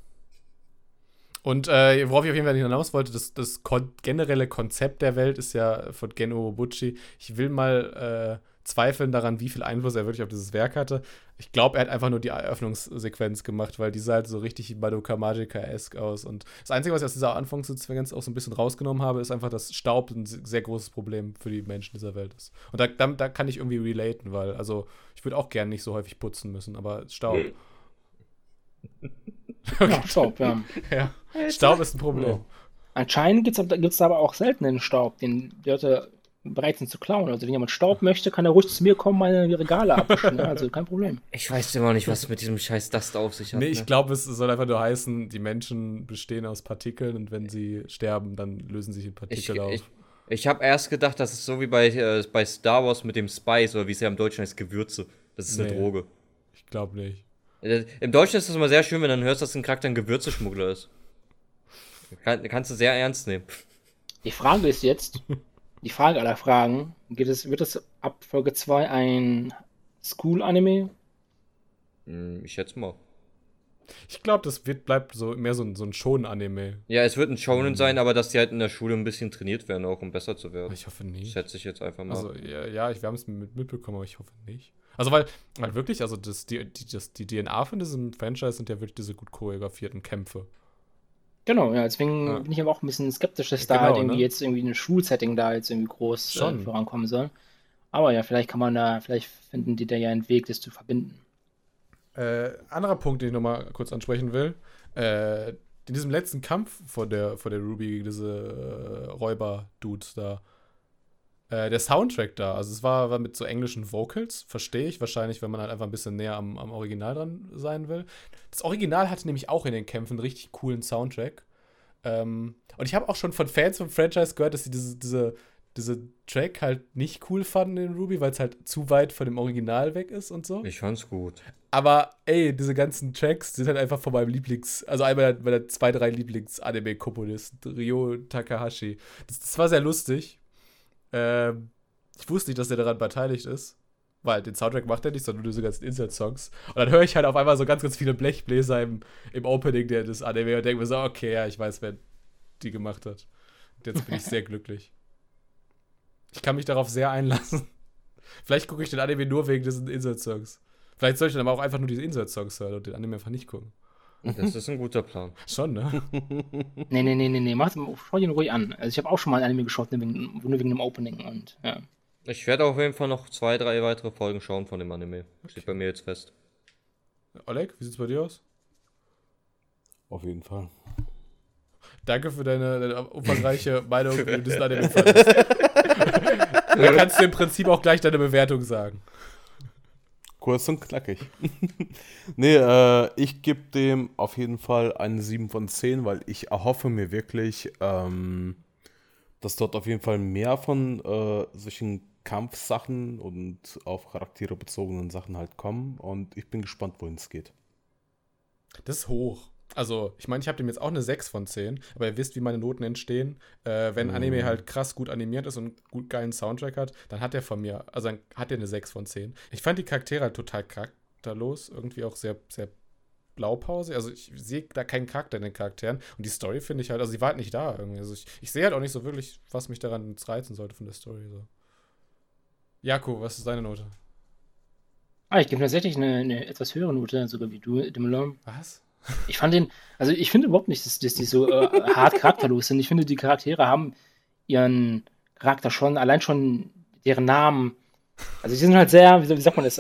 Und worauf ich auf jeden Fall hinaus wollte, das generelle Konzept der Welt ist ja von Gen Urobuchi. Ich will mal zweifeln daran, wie viel Einfluss er wirklich auf dieses Werk hatte. Ich glaube, er hat einfach nur die Eröffnungssequenz gemacht, weil die sah halt so richtig Madoka Magica-esque aus. Und das Einzige, was ich aus dieser Anfangssequenz auch so ein bisschen rausgenommen habe, ist einfach, dass Staub ein sehr großes Problem für die Menschen dieser Welt ist. Und da kann ich irgendwie relaten, weil, also, ich würde auch gerne nicht so häufig putzen müssen, aber Staub. Okay. Ja, Staub, ja. Ja, Staub ist ein Problem. Anscheinend gibt's aber auch seltenen Staub, den die Leute bereit sind zu klauen. Also wenn jemand Staub möchte, kann er ruhig zu mir kommen, meine Regale abwischen. Ja, also kein Problem. Ich weiß immer nicht, was mit diesem scheiß Dust auf sich hat. Nee, ich glaube, es soll einfach nur heißen, die Menschen bestehen aus Partikeln und wenn sie sterben, dann lösen sich die Partikel auf. Ich habe erst gedacht, das ist so wie bei Star Wars mit dem Spice oder wie es ja im Deutschen heißt, Gewürze. Das ist eine Droge. Ich glaube nicht. Im Deutschen ist es immer sehr schön, wenn du dann hörst, dass ein Charakter ein Gewürzeschmuggler ist. Kannst du sehr ernst nehmen. Die Frage ist jetzt, die Frage aller Fragen, wird es ab Folge 2 ein School-Anime? Ich schätze mal. Ich glaube, das bleibt so mehr so ein Shonen-Anime. Ja, es wird ein Shonen sein, aber dass die halt in der Schule ein bisschen trainiert werden, auch um besser zu werden. Ich hoffe nicht. Schätze ich jetzt einfach mal. Also, ja, wir haben es mitbekommen, aber ich hoffe nicht. Also, weil wirklich, also die DNA von diesem Franchise sind ja wirklich diese gut choreografierten Kämpfe. Genau, ja, deswegen bin ich aber auch ein bisschen skeptisch, dass da halt irgendwie jetzt irgendwie ein Schulsetting da jetzt irgendwie groß vorankommen soll. Aber ja, vielleicht finden die da ja einen Weg, das zu verbinden. Anderer Punkt, den ich nochmal kurz ansprechen will. In diesem letzten Kampf vor der Ruby gegen diese Räuber-Dudes da, der Soundtrack da. Also es war mit so englischen Vocals, verstehe ich. Wahrscheinlich, wenn man halt einfach ein bisschen näher am Original dran sein will. Das Original hatte nämlich auch in den Kämpfen einen richtig coolen Soundtrack. Und ich habe auch schon von Fans vom Franchise gehört, dass sie diese Track halt nicht cool fanden in Ruby, weil es halt zu weit von dem Original weg ist und so. Ich fand's gut. Aber ey, diese ganzen Tracks sind halt einfach von meinem also einer meiner 2, 3 Lieblings-Anime-Komponisten, Ryo Takahashi. Das war sehr lustig. Ich wusste nicht, dass der daran beteiligt ist, weil den Soundtrack macht er nicht, sondern nur diese ganzen Insert-Songs. Und dann höre ich halt auf einmal so ganz, ganz viele Blechbläser im Opening des Anime und denke mir so, okay, ja, ich weiß, wer die gemacht hat. Und jetzt bin ich sehr glücklich. Ich kann mich darauf sehr einlassen. Vielleicht gucke ich den Anime nur wegen diesen Insert-Songs. Vielleicht soll ich dann aber auch einfach nur diese Insert-Songs hören und den Anime einfach nicht gucken. Das ist ein guter Plan. Schon, ne? Nee. Schau ihn ruhig an. Also ich habe auch schon mal ein Anime geschaut, nur wegen dem Opening und ja. Ich werde auf jeden Fall noch 2, 3 weitere Folgen schauen von dem Anime. Steht bei mir jetzt fest. Oleg, wie sieht's bei dir aus? Auf jeden Fall. Danke für deine umfangreiche Meinung, wie du diesen Anime fandest. Dann kannst du im Prinzip auch gleich deine Bewertung sagen. Kurz und knackig. Nee, ich gebe dem auf jeden Fall eine 7 von 10, weil ich erhoffe mir wirklich, dass dort auf jeden Fall mehr von solchen Kampfsachen und auf Charaktere bezogenen Sachen halt kommen. Und ich bin gespannt, wohin es geht. Das ist hoch. Also, ich meine, ich habe dem jetzt auch eine 6 von 10, aber ihr wisst, wie meine Noten entstehen. Wenn Anime halt krass gut animiert ist und gut geilen Soundtrack hat, dann hat der von mir, also dann hat der eine 6 von 10. Ich fand die Charaktere halt total charakterlos, irgendwie auch sehr, sehr blaupause. Also ich sehe da keinen Charakter in den Charakteren und die Story finde ich halt, also die war halt nicht da irgendwie. Also ich sehe halt auch nicht so wirklich, was mich daran jetzt reizen sollte von der Story. So. Jako, was ist deine Note? Ich gebe tatsächlich eine etwas höhere Note, sogar wie du, dem Alarm. Was? Ich finde überhaupt nicht, dass die so hart charakterlos sind. Ich finde, die Charaktere haben ihren Charakter schon, allein schon deren Namen. Also die sind halt sehr, wie sagt man das,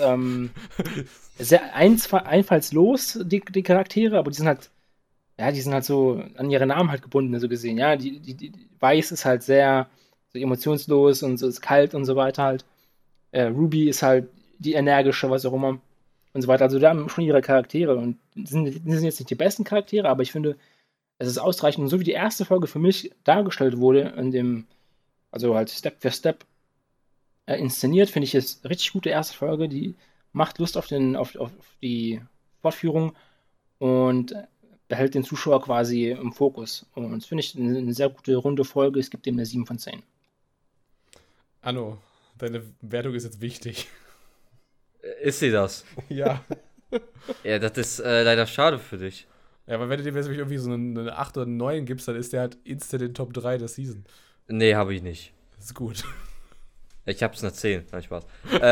sehr einfallslos, die Charaktere, aber die sind halt so an ihre Namen halt gebunden, so gesehen. Ja, die Weiß ist halt sehr so emotionslos und so ist kalt und so weiter halt. Ruby ist halt die energische, was auch immer. Und so weiter. Also da haben schon ihre Charaktere und sind jetzt nicht die besten Charaktere, aber ich finde, es ist ausreichend. Und so wie die erste Folge für mich dargestellt wurde, also halt Step für Step inszeniert, finde ich es richtig gute erste Folge, die macht Lust auf die Fortführung und behält den Zuschauer quasi im Fokus. Und das finde ich eine sehr gute, runde Folge. Es gibt dem eine 7 von 10. Anno, deine Wertung ist jetzt wichtig. Ist sie das? Ja. Ja, das ist leider schade für dich. Ja, aber wenn du dem jetzt irgendwie so eine 8 oder 9 gibst, dann ist der halt instant in den Top 3 der Season. Nee, habe ich nicht. Das ist gut. Ich hab's eine 10. Nein, Spaß.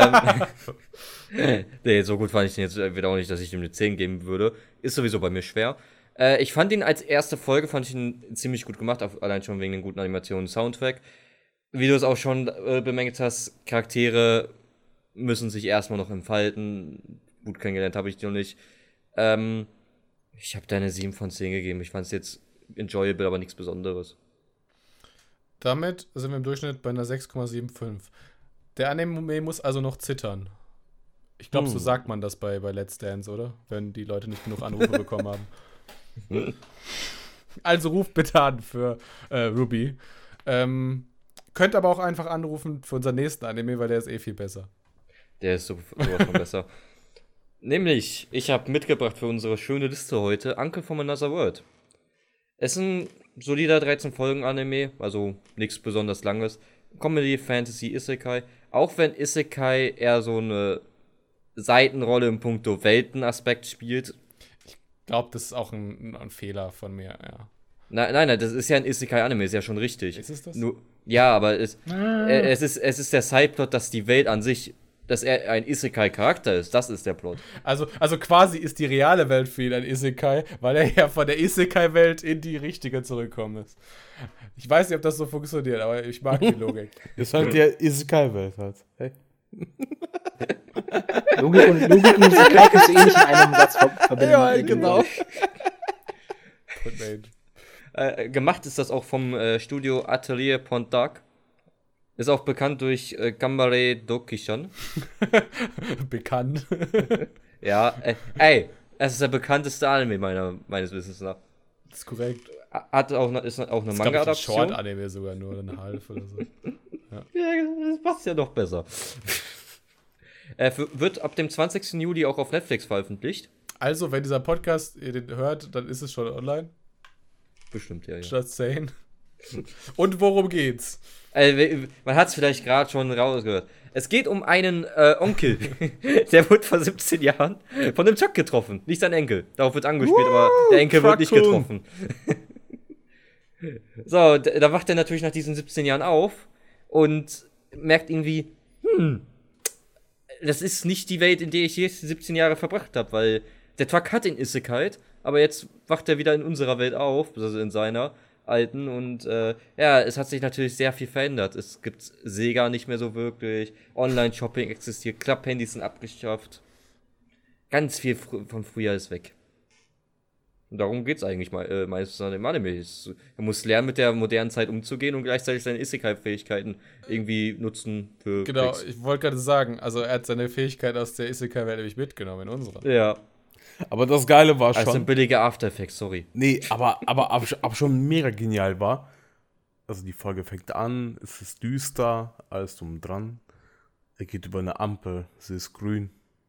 Nee, so gut fand ich den jetzt wieder auch nicht, dass ich ihm eine 10 geben würde. Ist sowieso bei mir schwer. Ich fand ihn als erste Folge, ziemlich gut gemacht, allein schon wegen den guten Animationen und Soundtrack. Wie du es auch schon bemängelt hast, Charaktere müssen sich erstmal noch entfalten. Gut kennengelernt habe ich die noch nicht. Ich habe da eine 7 von 10 gegeben. Ich fand es jetzt enjoyable, aber nichts Besonderes. Damit sind wir im Durchschnitt bei einer 6,75. Der Anime muss also noch zittern. Ich glaube, so sagt man das bei Let's Dance, oder? Wenn die Leute nicht genug Anrufe bekommen haben. Also ruft bitte an für Ruby. Könnt aber auch einfach anrufen für unseren nächsten Anime, weil der ist viel besser. Der ist sowas von besser. Nämlich, ich habe mitgebracht für unsere schöne Liste heute Uncle from Another World. Es ist ein solider 13-Folgen-Anime, also nichts besonders langes. Comedy, Fantasy, Isekai. Auch wenn Isekai eher so eine Seitenrolle im Puncto Weltenaspekt spielt. Ich glaube, das ist auch ein Fehler von mir, ja. Nein, das ist ja ein Isekai-Anime, ist ja schon richtig. Ist es das? Ja, aber es ist der Sideplot, dass die Welt an sich, dass er ein Isekai-Charakter ist. Das ist der Plot. Also quasi ist die reale Welt für ihn ein Isekai, weil er ja von der Isekai-Welt in die richtige zurückgekommen ist. Ich weiß nicht, ob das so funktioniert, aber ich mag die Logik. Ist halt die Isekai-Welt halt. Hey. Logik und Isekai kannst du eh nicht in einem Satz verbinden. Ja, genau. Gemacht ist das auch vom Studio Atelier Pont d'Arc. Ist auch bekannt durch Gambare Dokishan. Bekannt. Ja, ey, es ist der bekannteste Anime meines Wissens nach. Das ist korrekt. Ist auch eine Das ist, glaub ich, ein Manga-Adaption. Short-Anime sogar nur, eine halbe oder so. Ja, das passt ja noch besser. Wird ab dem 20. Juli auch auf Netflix veröffentlicht. Also, wenn dieser Podcast ihr den hört, dann ist es schon online. Bestimmt, ja. Just saying. Und worum geht's? Man hat es vielleicht gerade schon rausgehört. Es geht um einen Onkel. Der wurde vor 17 Jahren von einem Chuck getroffen. Nicht sein Enkel. Darauf wird angespielt, aber der Enkel wird nicht getroffen. So, da wacht er natürlich nach diesen 17 Jahren auf und merkt irgendwie, das ist nicht die Welt, in der ich die 17 Jahre verbracht habe, weil der Truck hat den Isekai, aber jetzt wacht er wieder in unserer Welt auf, also in seiner alten, und es hat sich natürlich sehr viel verändert. Es gibt Sega nicht mehr so wirklich, Online-Shopping existiert, Klapphandys sind abgeschafft. Ganz viel von früher ist weg. Und darum geht's eigentlich meistens an dem Anime. Er muss lernen, mit der modernen Zeit umzugehen und gleichzeitig seine Isekai-Fähigkeiten irgendwie nutzen für Genau, Klicks. ich wollte gerade sagen, also er hat seine Fähigkeit aus der Isekai-Welt nämlich mitgenommen in unserer. Ja, Aber das Geile war das schon. sind billige After Effects, sorry. Nee, aber schon mega genial war. Also die Folge fängt an, es ist düster, alles drum dran. Er geht über eine Ampel, sie ist grün.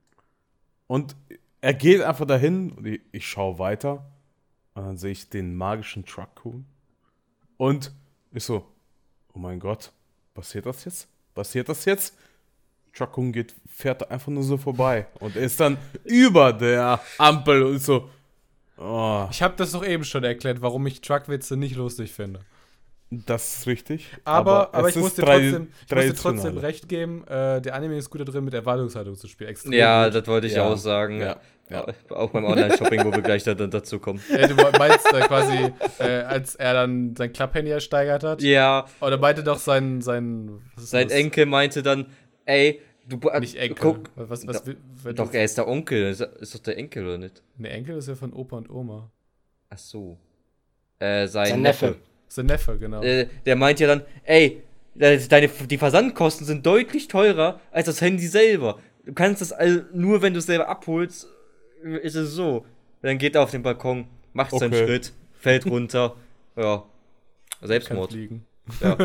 Und er geht einfach dahin und ich schaue weiter. Und dann sehe ich den magischen Truck-Kun. Und ich so, oh mein Gott, passiert das jetzt? Passiert das jetzt? Truck-Kun fährt einfach nur so vorbei und ist dann über der Ampel und so, oh. Ich habe das doch eben schon erklärt, warum ich Truckwitze nicht lustig finde. Das ist richtig. Aber ich es muss ist dir trotzdem traditionell. recht geben, der Anime ist gut da drin, mit Erwartungshaltung zu spielen. Extrem Ja, gut. das wollte ich Ja. auch sagen. Ja. Auch beim Online-Shopping, wo wir gleich dann dazu kommen. Du meinst quasi, als er dann sein Klapphandy ersteigert hat? Ja, Oder meinte doch sein was ist sein das? Enkel meinte dann, ey, du Nicht Enkel. guck. Was Doch, er ist der Onkel. Ist doch der Enkel, oder nicht? Ne, Enkel ist ja von Opa und Oma. Ach so. Sein Sein Neffe. Neffe. Sein Neffe, genau. Der meint ja dann, ey, die Versandkosten sind deutlich teurer als das Handy selber. Du kannst das nur, wenn du es selber abholst, ist es so. Dann geht er auf den Balkon, macht seinen Okay. Schritt, fällt runter. Ja. Kann Selbstmord. fliegen. Ja.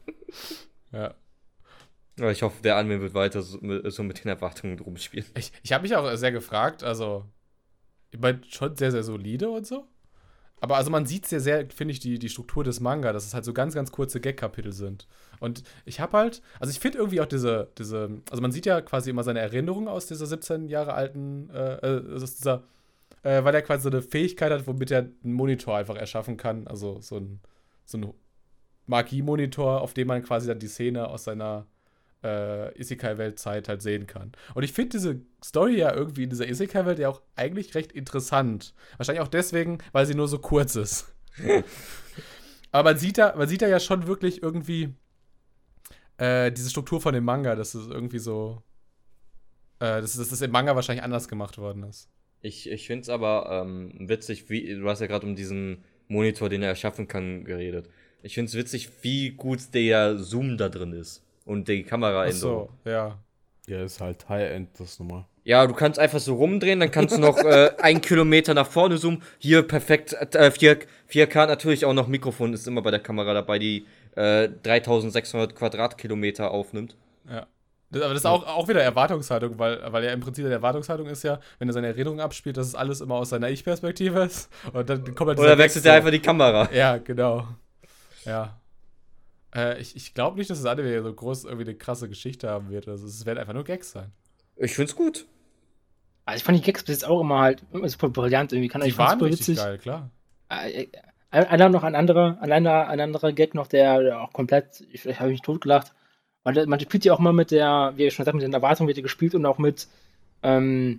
Ja. Aber ich hoffe, der Anime wird weiter so mit den Erwartungen rumspielen. Ich habe mich auch sehr gefragt, also, ich meine, schon sehr, sehr solide und so. Aber also man sieht sehr, finde ich, die Struktur des Manga, dass es halt so ganz, ganz kurze Gag-Kapitel sind. Und ich habe halt, also ich finde irgendwie auch diese, also man sieht ja quasi immer seine Erinnerungen aus dieser 17 Jahre alten, weil er quasi so eine Fähigkeit hat, womit er einen Monitor einfach erschaffen kann. Also so ein Magie-Monitor, auf dem man quasi dann die Szene aus seiner Isekai-Welt-Zeit halt sehen kann. Und ich finde diese Story ja irgendwie in dieser Isekai-Welt ja auch eigentlich recht interessant. Wahrscheinlich auch deswegen, weil sie nur so kurz ist. Aber man sieht da ja schon wirklich irgendwie diese Struktur von dem Manga, dass es irgendwie so dass das im Manga wahrscheinlich anders gemacht worden ist. Ich finde es aber witzig, du hast ja gerade um diesen Monitor, den er erschaffen kann, geredet. Ich finde es witzig, wie gut der Zoom da drin ist. Und die Kamera Ach so, ja. Ja, ist halt High-End, das nochmal. Ja, du kannst einfach so rumdrehen, dann kannst du noch 1 Kilometer nach vorne zoomen. Hier perfekt 4K, natürlich auch noch Mikrofon ist immer bei der Kamera dabei, die 3600 Quadratkilometer aufnimmt. Ja. Aber das ist auch wieder Erwartungshaltung, weil ja im Prinzip eine Erwartungshaltung ist ja, wenn er seine Erinnerungen abspielt, dass es alles immer aus seiner Ich-Perspektive ist. Und dann kommt halt Oder wechselt er einfach die Kamera. Ja, genau. Ja. Ich glaube nicht, dass das Anime so groß irgendwie eine krasse Geschichte haben wird. Also es werden einfach nur Gags sein. Ich find's gut. Also ich fand die Gags bis jetzt auch immer halt immer super brillant irgendwie. Die waren richtig geil, klar. Ein anderer Gag noch, der auch komplett, ich habe mich totgelacht. Man spielt ja auch mal mit der, wie ich schon gesagt, mit den Erwartungen wird ja gespielt und auch mit quasi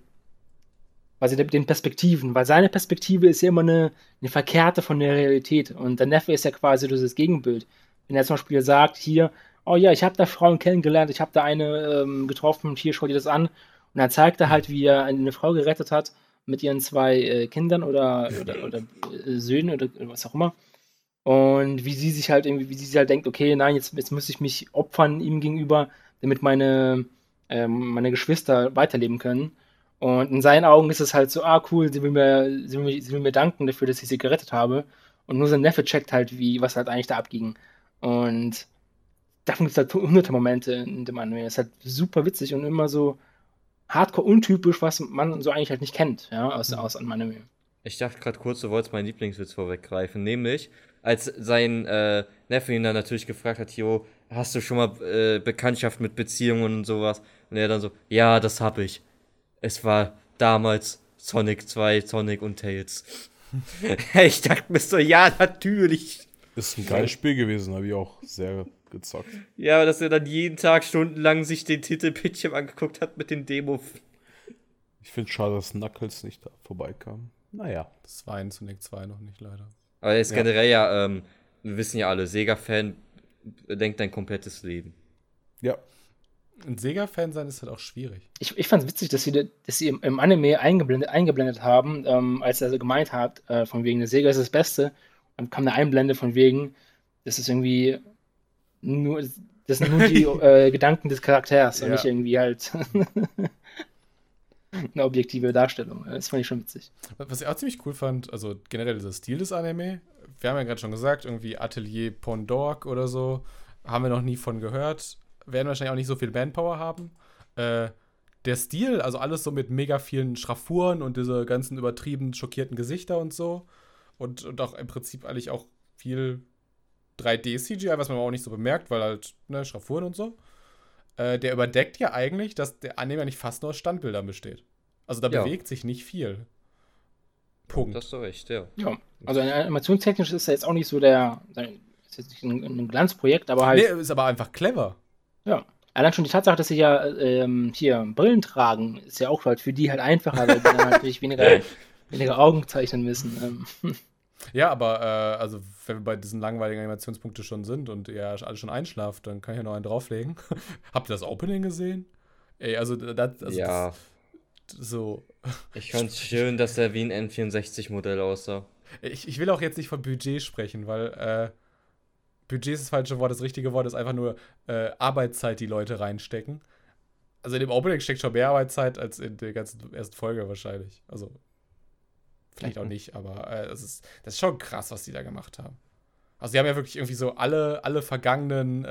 den Perspektiven, weil seine Perspektive ist ja immer eine verkehrte von der Realität und der Neffe ist ja quasi dieses Gegenbild. Wenn er zum Beispiel sagt, hier, oh ja, ich habe da Frauen kennengelernt, ich habe da eine getroffen, hier, schau dir das an. Und dann zeigt er halt, wie er eine Frau gerettet hat mit ihren 2 Kindern oder Söhnen oder was auch immer. Und wie sie sich halt irgendwie, wie sie halt denkt, okay, nein, jetzt muss ich mich opfern ihm gegenüber, damit meine Geschwister weiterleben können. Und in seinen Augen ist es halt so, cool, sie will mir danken dafür, dass ich sie gerettet habe. Und nur sein Neffe checkt halt, was halt eigentlich da abging. Und davon gibt es halt hunderte Momente in dem Anime. Es ist halt super witzig und immer so hardcore untypisch, was man so eigentlich halt nicht kennt, ja, aus einem Anime. Ich dachte gerade kurz, du wolltest meinen Lieblingswitz vorweggreifen, nämlich, als sein Neffe ihn dann natürlich gefragt hat, Jo, hast du schon mal Bekanntschaft mit Beziehungen und sowas? Und er dann so, ja, das hab ich. Es war damals Sonic 2, Sonic und Tails. Ich dachte mir so, ja, natürlich. Ist ein geiles Spiel gewesen, habe ich auch sehr gezockt. Ja, aber dass er dann jeden Tag stundenlang sich den Titelbildschirm angeguckt hat mit dem Demo. Ich finde schade, dass Knuckles nicht da vorbeikam. Naja. Das war in Sonic 2 noch nicht, leider. Aber er ist generell ja, wir wissen ja alle, Sega-Fan denkt dein komplettes Leben. Ja. Ein Sega-Fan sein ist halt auch schwierig. Ich fand es witzig, dass sie im Anime eingeblendet haben, als er so gemeint hat, von wegen, der Sega ist das Beste. Dann kam eine Einblende von wegen, das ist irgendwie das sind nur die Gedanken des Charakters und nicht irgendwie halt eine objektive Darstellung. Das fand ich schon witzig. Was ich auch ziemlich cool fand, also generell dieser Stil des Anime, wir haben ja gerade schon gesagt, irgendwie Atelier Pondork oder so, haben wir noch nie von gehört, werden wahrscheinlich auch nicht so viel Manpower haben. Der Stil, also alles so mit mega vielen Schraffuren und diese ganzen übertrieben schockierten Gesichter und so und auch im Prinzip eigentlich auch viel 3D-CGI, was man auch nicht so bemerkt, weil halt, Schraffuren und so. Der überdeckt ja eigentlich, dass der Anime nicht fast nur aus Standbildern besteht. Also da bewegt sich nicht viel. Punkt. Das ist doch recht, ja. Ja, also animationstechnisch ist er jetzt auch nicht so ist jetzt nicht ein Glanzprojekt, aber halt. Nee, ist aber einfach clever. Ja. Allein schon die Tatsache, dass sie ja hier Brillen tragen, ist ja auch halt für die halt einfacher, weil die dann halt natürlich weniger Augen zeichnen müssen. Ja, aber also wenn wir bei diesen langweiligen Animationspunkten schon sind und ihr alle schon einschlaft, dann kann ich ja noch einen drauflegen. Habt ihr das Opening gesehen? Ey, also ja. So. Ich fand es schön, dass er wie ein N64-Modell aussah. Ich will auch jetzt nicht von Budget sprechen, weil Budget ist das falsche Wort, das richtige Wort ist einfach nur Arbeitszeit, die Leute reinstecken. Also in dem Opening steckt schon mehr Arbeitszeit als in der ganzen ersten Folge wahrscheinlich. Also vielleicht auch nicht, aber das ist schon krass, was die da gemacht haben. Also die haben ja wirklich irgendwie so alle vergangenen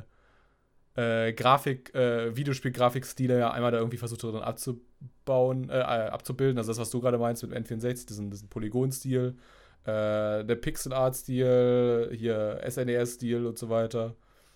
Videospiel-Grafikstile ja einmal da irgendwie versucht drin abzubilden. Also das, was du gerade meinst mit N64, diesen Polygonstil, der Pixel-Art-Stil, hier SNES-Stil und so weiter.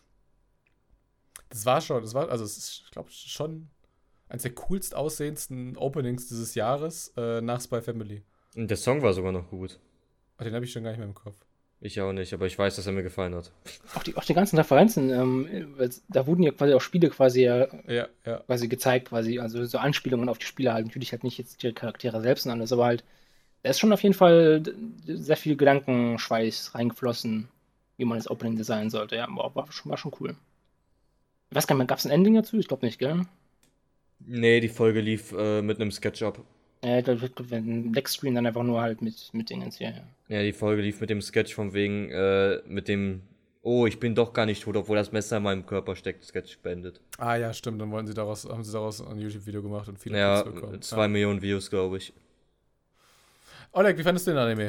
Es ist, ich glaube, schon eines der coolst aussehendsten Openings dieses Jahres nach Spy Family. Und der Song war sogar noch gut. Ach, den habe ich schon gar nicht mehr im Kopf. Ich auch nicht, aber ich weiß, dass er mir gefallen hat. Auch die ganzen Referenzen, da wurden ja quasi auch Spiele quasi quasi gezeigt, also so Anspielungen auf die Spiele halt. Natürlich halt nicht jetzt die Charaktere selbst und alles, aber halt, da ist schon auf jeden Fall sehr viel Gedankenschweiß reingeflossen, wie man das Opening designen sollte. Ja, war schon cool. Ich weiß gar nicht mehr, gab es ein Ending dazu? Ich glaube nicht, gell? Nee, die Folge lief mit einem Sketch ab. Ich glaube, wenn ein Blackscreen dann einfach nur halt mit Dingens hier, ja. Ja, die Folge lief mit dem Sketch von wegen, mit dem, ich bin doch gar nicht tot, obwohl das Messer in meinem Körper steckt, Sketch beendet. Ah ja, stimmt, dann haben sie daraus ein YouTube-Video gemacht und viele Klicks bekommen. 2 Millionen Views, glaube ich. Oleg, wie fandest du den Anime?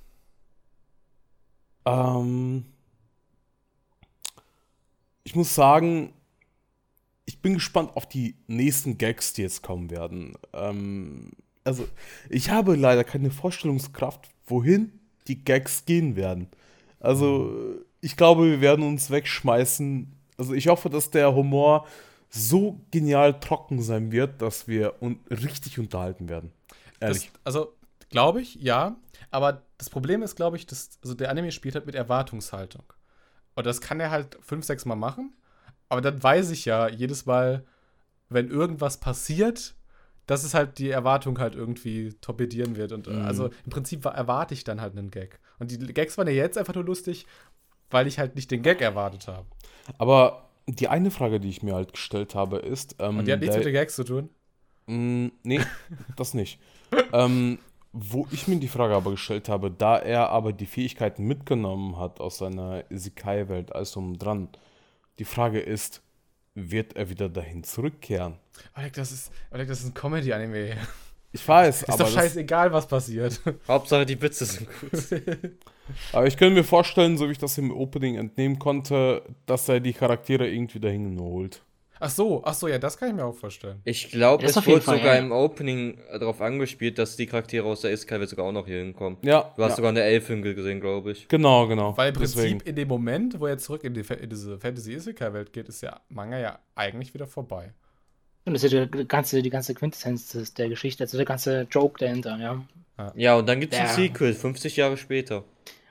Ich muss sagen, ich bin gespannt auf die nächsten Gags, die jetzt kommen werden. Also, ich habe leider keine Vorstellungskraft, wohin die Gags gehen werden. Also, ich glaube, wir werden uns wegschmeißen. Also, ich hoffe, dass der Humor so genial trocken sein wird, dass wir richtig unterhalten werden. Ehrlich. Glaube ich, ja. Aber das Problem ist, glaube ich, der Anime spielt halt mit Erwartungshaltung. Und das kann er halt 5-6 Mal machen. Aber dann weiß ich ja jedes Mal, wenn irgendwas passiert, dass es halt die Erwartung halt irgendwie torpedieren wird. Und also im Prinzip erwarte ich dann halt einen Gag. Und die Gags waren ja jetzt einfach nur lustig, weil ich halt nicht den Gag erwartet habe. Aber die eine Frage, die ich mir halt gestellt habe, ist... und die hat nichts mit den Gags zu tun? Nee, das nicht. Wo ich mir die Frage aber gestellt habe, da er aber die Fähigkeiten mitgenommen hat aus seiner Isekai-Welt, alles drum und dran, die Frage ist, wird er wieder dahin zurückkehren? Oleg, das ist ein Comedy-Anime. Ich weiß, Ist aber doch scheißegal, was passiert. Hauptsache die Witze sind gut. aber ich könnte mir vorstellen, so wie ich das im Opening entnehmen konnte, dass er die Charaktere irgendwie dahin holt. Ach so, ja, das kann ich mir auch vorstellen. Ich glaube, Das es auf jeden wurde Fall, sogar ja. im Opening darauf angespielt, dass die Charaktere aus der Isekai-Welt sogar auch noch hier hinkommen. Ja, Du hast ja. sogar eine Elfin gesehen, glaube ich. Genau. Weil im Prinzip Deswegen. in dem Moment, wo er zurück in diese Fantasy-Isekai-Welt geht, ist ja Manga ja eigentlich wieder vorbei. Und das ist ja die ganze Quintessenz der Geschichte, also der ganze Joke dahinter, ja. Ja, und dann gibt es ein Ja. Sequel, 50 Jahre später.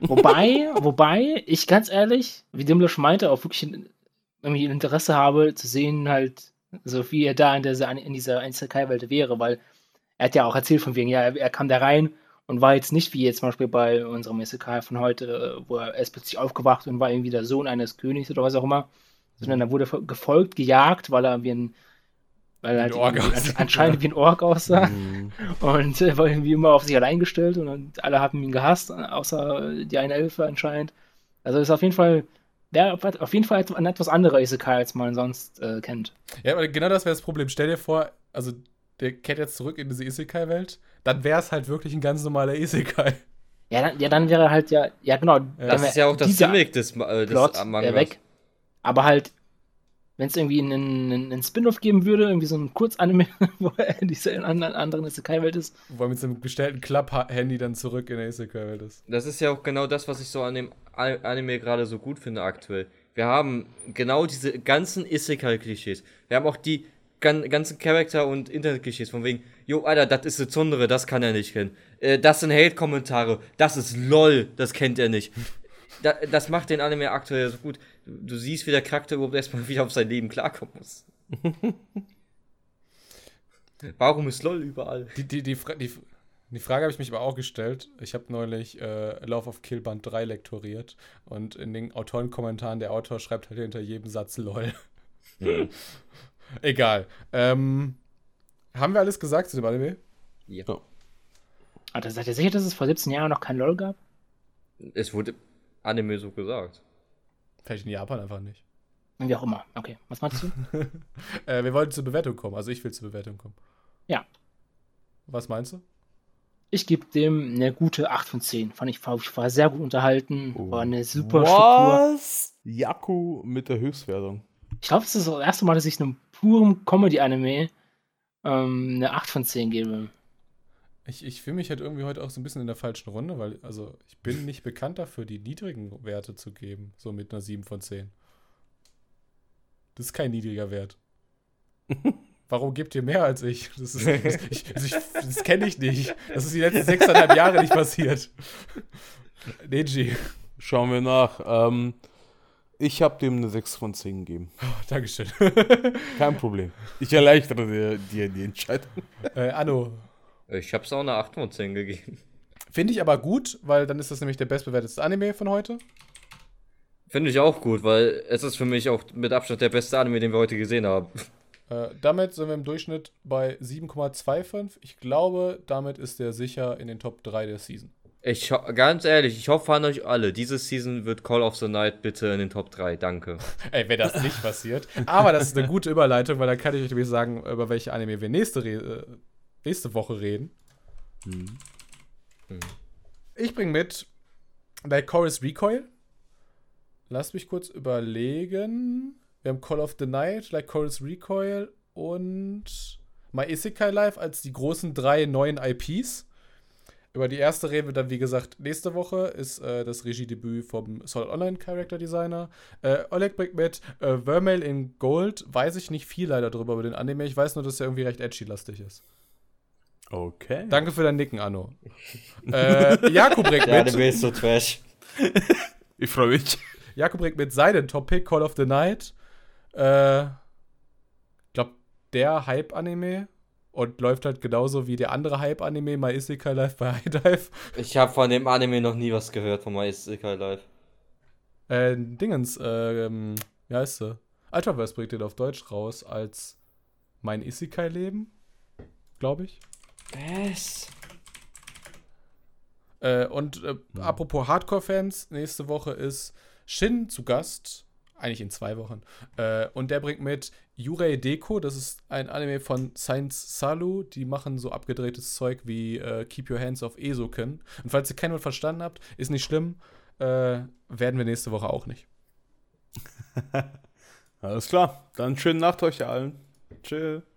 Wobei ich ganz ehrlich, wie Dimlosch meinte, auch wirklich irgendwie ein Interesse habe, zu sehen, halt, so wie er da in dieser Isekai-Welt wäre, weil er hat ja auch erzählt von wegen, ja, er kam da rein und war jetzt nicht wie jetzt zum Beispiel bei unserem Isekai von heute, wo er ist plötzlich aufgewacht und war irgendwie der Sohn eines Königs oder was auch immer, sondern er wurde gefolgt, gejagt, weil er halt Ork irgendwie aussah. anscheinend wie ein Ork aussah. Mhm. Und war irgendwie immer auf sich allein gestellt und alle haben ihn gehasst, außer die eine Elfe anscheinend. Also ist auf jeden Fall ein etwas anderer Isekai, als man sonst kennt. Ja, aber genau das wäre das Problem. Stell dir vor, also der kehrt jetzt zurück in diese Isekai-Welt, dann wäre es halt wirklich ein ganz normaler Isekai. Ja, dann wäre er halt ja genau. Das ist ja auch das Gimmick des Plot Mangas. weg. Aber halt, wenn es irgendwie einen Spin-off geben würde, irgendwie so ein Kurzanime, wo er in dieser anderen Isekai-Welt ist. Wo er mit seinem gestellten Klapp-Handy dann zurück in der Isekai-Welt ist. Das ist ja auch genau das, was ich so an dem Anime gerade so gut finde aktuell. Wir haben genau diese ganzen Isekai-Klischees. Wir haben auch die ganzen Charakter- und Internet-Klischees von wegen, jo, Alter, das ist eine Zundere, das kann er nicht kennen. Das sind Hate-Kommentare, das ist LOL, das kennt er nicht. Das macht den Anime aktuell so gut. Du siehst, wie der Charakter überhaupt erstmal wieder auf sein Leben klarkommen muss. Warum ist LOL überall? Die Frage habe ich mich aber auch gestellt. Ich habe neulich Love of Kill Band 3 lektoriert und in den Autorenkommentaren, der Autor schreibt halt hinter jedem Satz LOL. Egal. Haben wir alles gesagt zu dem Anime? Ja. Ah, seid ihr sicher, dass es vor 17 Jahren noch kein LOL gab? Es wurde Anime so gesagt. Vielleicht in Japan einfach nicht. Wie auch immer. Okay, was meinst du? Wir wollten zur Bewertung kommen. Also ich will zur Bewertung kommen. Ja. Was meinst du? Ich gebe dem eine gute 8 von 10. Ich war sehr gut unterhalten. War eine super Struktur. Was? Yaku mit der Höchstwertung. Ich glaube, es ist das erste Mal, dass ich einem puren Comedy-Anime eine 8 von 10 gebe. Ich fühle mich halt irgendwie heute auch so ein bisschen in der falschen Runde, weil, also, ich bin nicht bekannt dafür, die niedrigen Werte zu geben. So mit einer 7 von 10. Das ist kein niedriger Wert. Warum gebt ihr mehr als ich? Das kenne ich nicht. Das ist die letzten 6,5 Jahre nicht passiert. Neji. Schauen wir nach. Ich habe dem eine 6 von 10 gegeben. Oh, Dankeschön. Kein Problem. Ich erleichtere dir die Entscheidung. Anno. Ich hab's auch eine 8 von 10 gegeben. Finde ich aber gut, weil dann ist das nämlich der bestbewertetste Anime von heute. Finde ich auch gut, weil es ist für mich auch mit Abstand der beste Anime, den wir heute gesehen haben. Damit sind wir im Durchschnitt bei 7,25. Ich glaube, damit ist der sicher in den Top 3 der Season. Ganz ehrlich, ich hoffe an euch alle, diese Season wird Call of the Night bitte in den Top 3, danke. Ey, wenn das nicht passiert. Aber das ist eine gute Überleitung, weil dann kann ich euch nämlich sagen, über welche Anime wir nächste Woche reden. Ich bringe mit Lycoris Recoil. Lasst mich kurz überlegen. Wir haben Call of the Night, Lycoris Recoil und My Isekai Life als die großen 3 neuen IPs. Über die erste reden wir dann, wie gesagt, nächste Woche. Ist das Regiedebüt vom Sword Art Online Character Designer. Oleg bringt mit Vermeil in Gold. Weiß ich nicht viel leider drüber über den Anime. Ich weiß nur, dass er irgendwie recht edgy-lastig ist. Okay. Danke für dein Nicken, Anno. Jakub bringt Der mit. Anime ist so trash. Ich freue mich. Jakub bringt mit seinen Topic Call of the Night. Ich glaube, der Hype-Anime. Und läuft halt genauso wie der andere Hype-Anime, My Isekai Life bei High Dive. Ich habe von dem Anime noch nie was gehört, von My Isekai Life. Wie heißt sie? Ultraverse bringt den auf Deutsch raus als Mein Isekai-Leben, glaube ich. Was? Apropos Hardcore-Fans, nächste Woche ist Shin zu Gast, eigentlich in 2 Wochen. Und der bringt mit Yurei Deko, das ist ein Anime von Science Salu, die machen so abgedrehtes Zeug wie Keep Your Hands Off Esoken. Und falls ihr kein Wort verstanden habt, ist nicht schlimm, werden wir nächste Woche auch nicht. Alles klar, dann schöne Nacht euch allen. Tschüss.